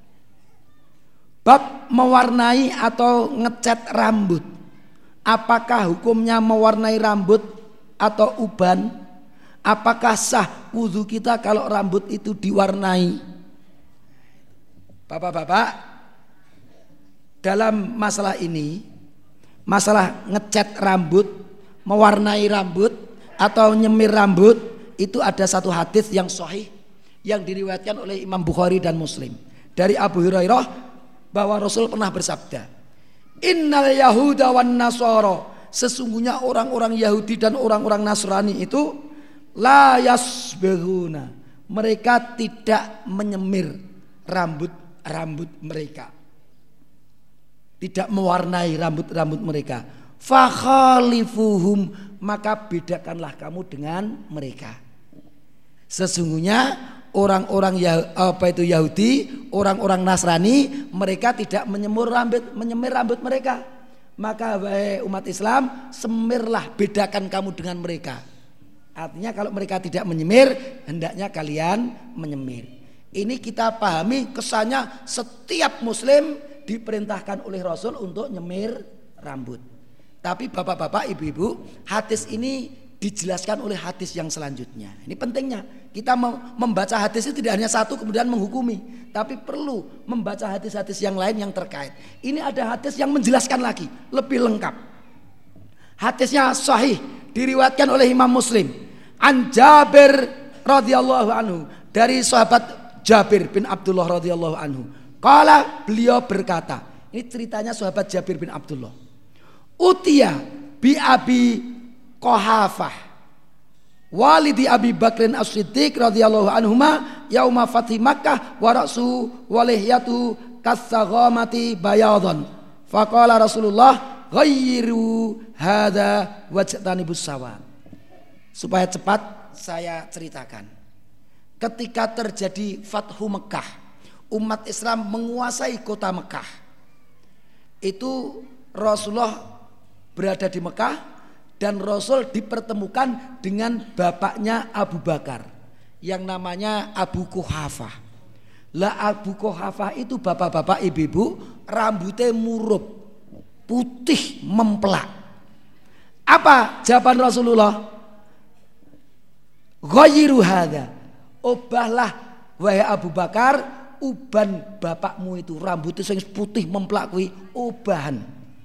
bab mewarnai atau ngecat rambut. Apakah hukumnya mewarnai rambut atau uban? Apakah sah wudhu kita kalau rambut itu diwarnai? Bapak-bapak, dalam masalah ini, masalah ngecat rambut, mewarnai rambut atau nyemir rambut, itu ada satu hadis yang sahih yang diriwayatkan oleh Imam Bukhari dan Muslim dari Abu Hurairah bahwa Rasul pernah bersabda, Innal Yahuda wan Nasara, sesungguhnya orang-orang Yahudi dan orang-orang Nasrani itu la yasbiruna, mereka tidak menyemir rambut-rambut mereka, tidak mewarnai rambut-rambut mereka. Fakhalifuhum, maka bedakanlah kamu dengan mereka. Sesungguhnya orang-orang apa itu Yahudi, orang-orang Nasrani, mereka tidak menyemir rambut, menyemir rambut mereka. Maka wahai umat Islam, semirlah, bedakan kamu dengan mereka. Artinya kalau mereka tidak menyemir, hendaknya kalian menyemir. Ini kita pahami kesannya setiap muslim diperintahkan oleh Rasul untuk nyemir rambut. Tapi bapak-bapak, ibu-ibu, hadis ini dijelaskan oleh hadis yang selanjutnya. Ini pentingnya. Kita membaca hadis itu tidak hanya satu kemudian menghukumi, tapi perlu membaca hadis-hadis yang lain yang terkait. Ini ada hadis yang menjelaskan lagi, lebih lengkap. Hadisnya sahih, diriwayatkan oleh Imam Muslim. An Jabir radhiyallahu anhu, dari sahabat Jabir bin Abdullah radhiyallahu anhu. Qala, beliau berkata, ini ceritanya sahabat Jabir bin Abdullah. Utiya bi Abi Quhafah walidi Abi Bakrin As-Siddiq radhiyallahu anhuma yauma fathi Makkah wa ra'su wa lihyatu kasaghamati bayadhan. Faqala Rasulullah ghayyiru hadza wajtanibus sawad. Supaya cepat saya ceritakan. Ketika terjadi Fathu Mekah, umat Islam menguasai kota Mekah. Itu Rasulullah berada di Mekah dan Rasul dipertemukan dengan bapaknya Abu Bakar yang namanya Abu Quhafah. Lah Abu Quhafah itu bapak-bapak ibu-ibu rambutnya murup, putih mempelak. Apa jawaban Rasulullah? Ghayyiru hadza. Ubahlah wahai Abu Bakar, uban bapakmu itu rambutnya sing putih memplak kuwi ubahan.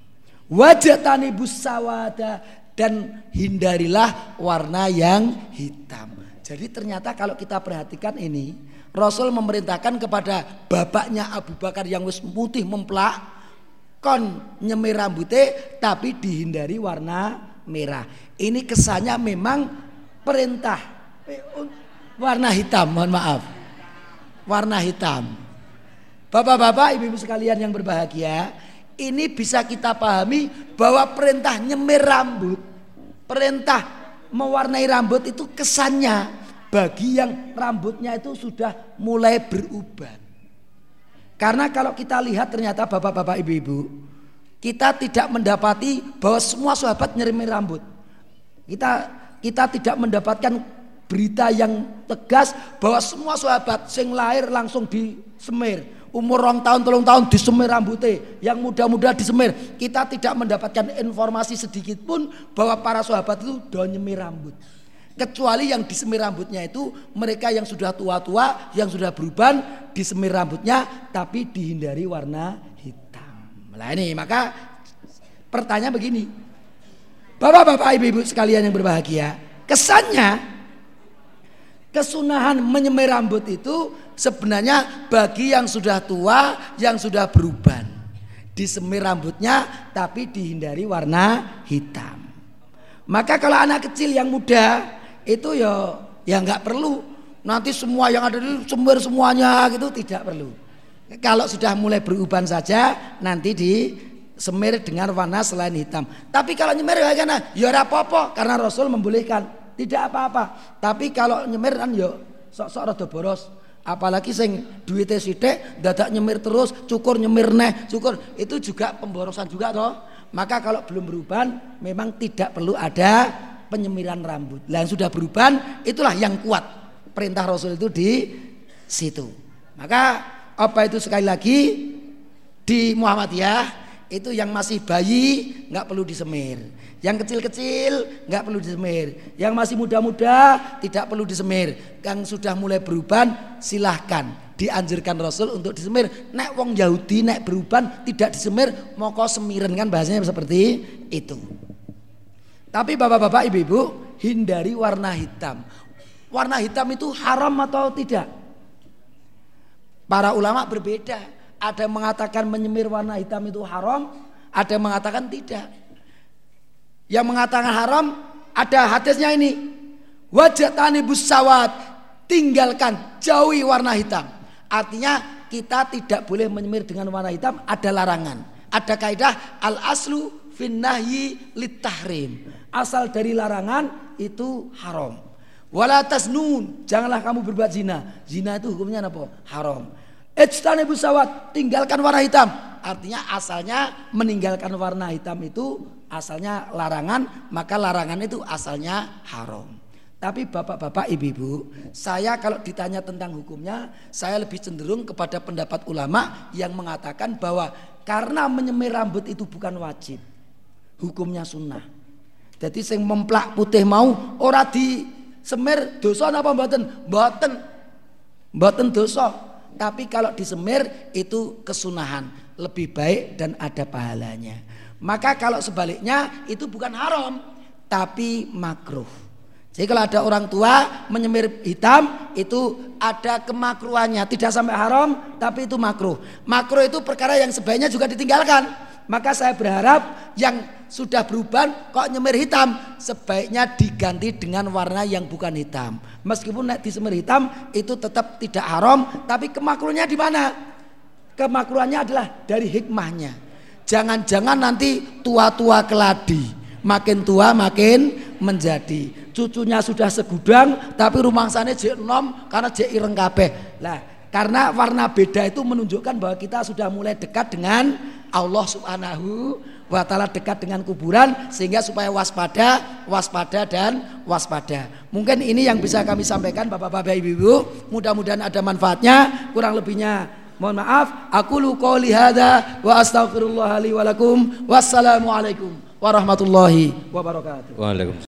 Wajtanibus sawada, dan hindarilah warna yang hitam. Jadi ternyata kalau kita perhatikan ini, Rasul memerintahkan kepada bapaknya Abu Bakar yang wis putih memplak, kon nyemir rambutnya tapi dihindari warna merah. Ini kesannya memang perintah warna hitam, mohon maaf, warna hitam. Bapak-bapak, ibu-ibu sekalian yang berbahagia, ini bisa kita pahami bahwa perintah nyemir rambut, perintah mewarnai rambut itu kesannya bagi yang rambutnya itu sudah mulai beruban. Karena kalau kita lihat ternyata bapak-bapak, ibu-ibu, kita tidak mendapati bahwa semua sahabat nyemir rambut. Kita kita tidak mendapatkan berita yang tegas bahwa semua sahabat sing lahir langsung disemir, umur rong tahun telung tahun disemir rambutnya, yang muda-muda disemir. Kita tidak mendapatkan informasi sedikit pun bahwa para sahabat itu do nyemir rambut, kecuali yang disemir rambutnya itu mereka yang sudah tua-tua, yang sudah beruban, disemir rambutnya tapi dihindari warna hitam. Nah ini maka pertanyaan begini, bapak-bapak, ibu-ibu sekalian yang berbahagia, kesannya kesunahan menyemir rambut itu sebenarnya bagi yang sudah tua, yang sudah beruban, disemir rambutnya tapi dihindari warna hitam. Maka kalau anak kecil yang muda itu ya ya nggak perlu nanti semua yang ada di semir semuanya gitu, tidak perlu. Kalau sudah mulai beruban saja nanti disemir dengan warna selain hitam. Tapi kalau nyemir ya karena ya ora apa-apa karena Rasul membolehkan. Tidak apa-apa. Tapi kalau nyemir kan yo sok-sok rada boros. Apalagi sing duwite sithik dadak nyemir terus, cukur nyemir neh, cukur itu juga pemborosan juga toh. Maka kalau belum beruban memang tidak perlu ada penyemiran rambut. Lah yang sudah beruban itulah yang kuat. Perintah Rasul itu di situ. Maka apa itu sekali lagi di Muhammadiyah itu yang masih bayi nggak perlu disemir, yang kecil-kecil nggak perlu disemir, yang masih muda-muda tidak perlu disemir, yang sudah mulai beruban silahkan, dianjurkan Rasul untuk disemir. Nek wong Yahudi nek beruban tidak disemir, moko semiren, kan bahasanya seperti itu. Tapi bapak-bapak, ibu-ibu, hindari warna hitam. Warna hitam itu haram atau tidak? Para ulama berbeda. Ada yang mengatakan menyemir warna hitam itu haram, ada yang mengatakan tidak. Yang mengatakan haram ada hadisnya ini, wajtanibus sawad, tinggalkan, jauhi warna hitam. Artinya kita tidak boleh menyemir dengan warna hitam, ada larangan. Ada kaidah al aslu fin nahyi litahrim, asal dari larangan itu haram. Wala tasnun, janganlah kamu berbuat zina. Zina itu hukumnya apa? Haram. Ijtanibus sawad, tinggalkan warna hitam. Artinya asalnya meninggalkan warna hitam itu asalnya larangan, maka larangan itu asalnya haram. Tapi bapak-bapak, ibu-ibu, saya kalau ditanya tentang hukumnya, saya lebih cenderung kepada pendapat ulama yang mengatakan bahwa karena menyemir rambut itu bukan wajib, hukumnya sunnah. Jadi sing memplak putih mau ora di semir dosa napa mboten? Mboten. Mboten dosa. Tapi kalau disemir itu kesunahan, lebih baik dan ada pahalanya. Maka kalau sebaliknya itu bukan haram tapi makruh. Jadi kalau ada orang tua menyemir hitam itu ada kemakruhannya, tidak sampai haram tapi itu makruh. Makruh itu perkara yang sebaiknya juga ditinggalkan. Maka saya berharap yang sudah berubah kok nyemir hitam sebaiknya diganti dengan warna yang bukan hitam. Meskipun nek disemir hitam itu tetap tidak haram, tapi kemakruhannya di mana? Kemakruhannya adalah dari hikmahnya. Jangan-jangan nanti tua-tua keladi, makin tua makin menjadi. Cucunya sudah segudang tapi rumangsane jek enom karena jek ireng kabeh. Lah, karena warna beda itu menunjukkan bahwa kita sudah mulai dekat dengan Allah Subhanahu wa taala, dekat dengan kuburan, sehingga supaya waspada, waspada dan waspada. Mungkin ini yang bisa kami sampaikan Bapak-bapak Ibu-ibu, mudah-mudahan ada manfaatnya. Kurang lebihnya mohon maaf. Aku lu qouli hadza wa astaghfirullah li wa lakum. Wassalamualaikum warahmatullahi wabarakatuh. Waalaikumsalam.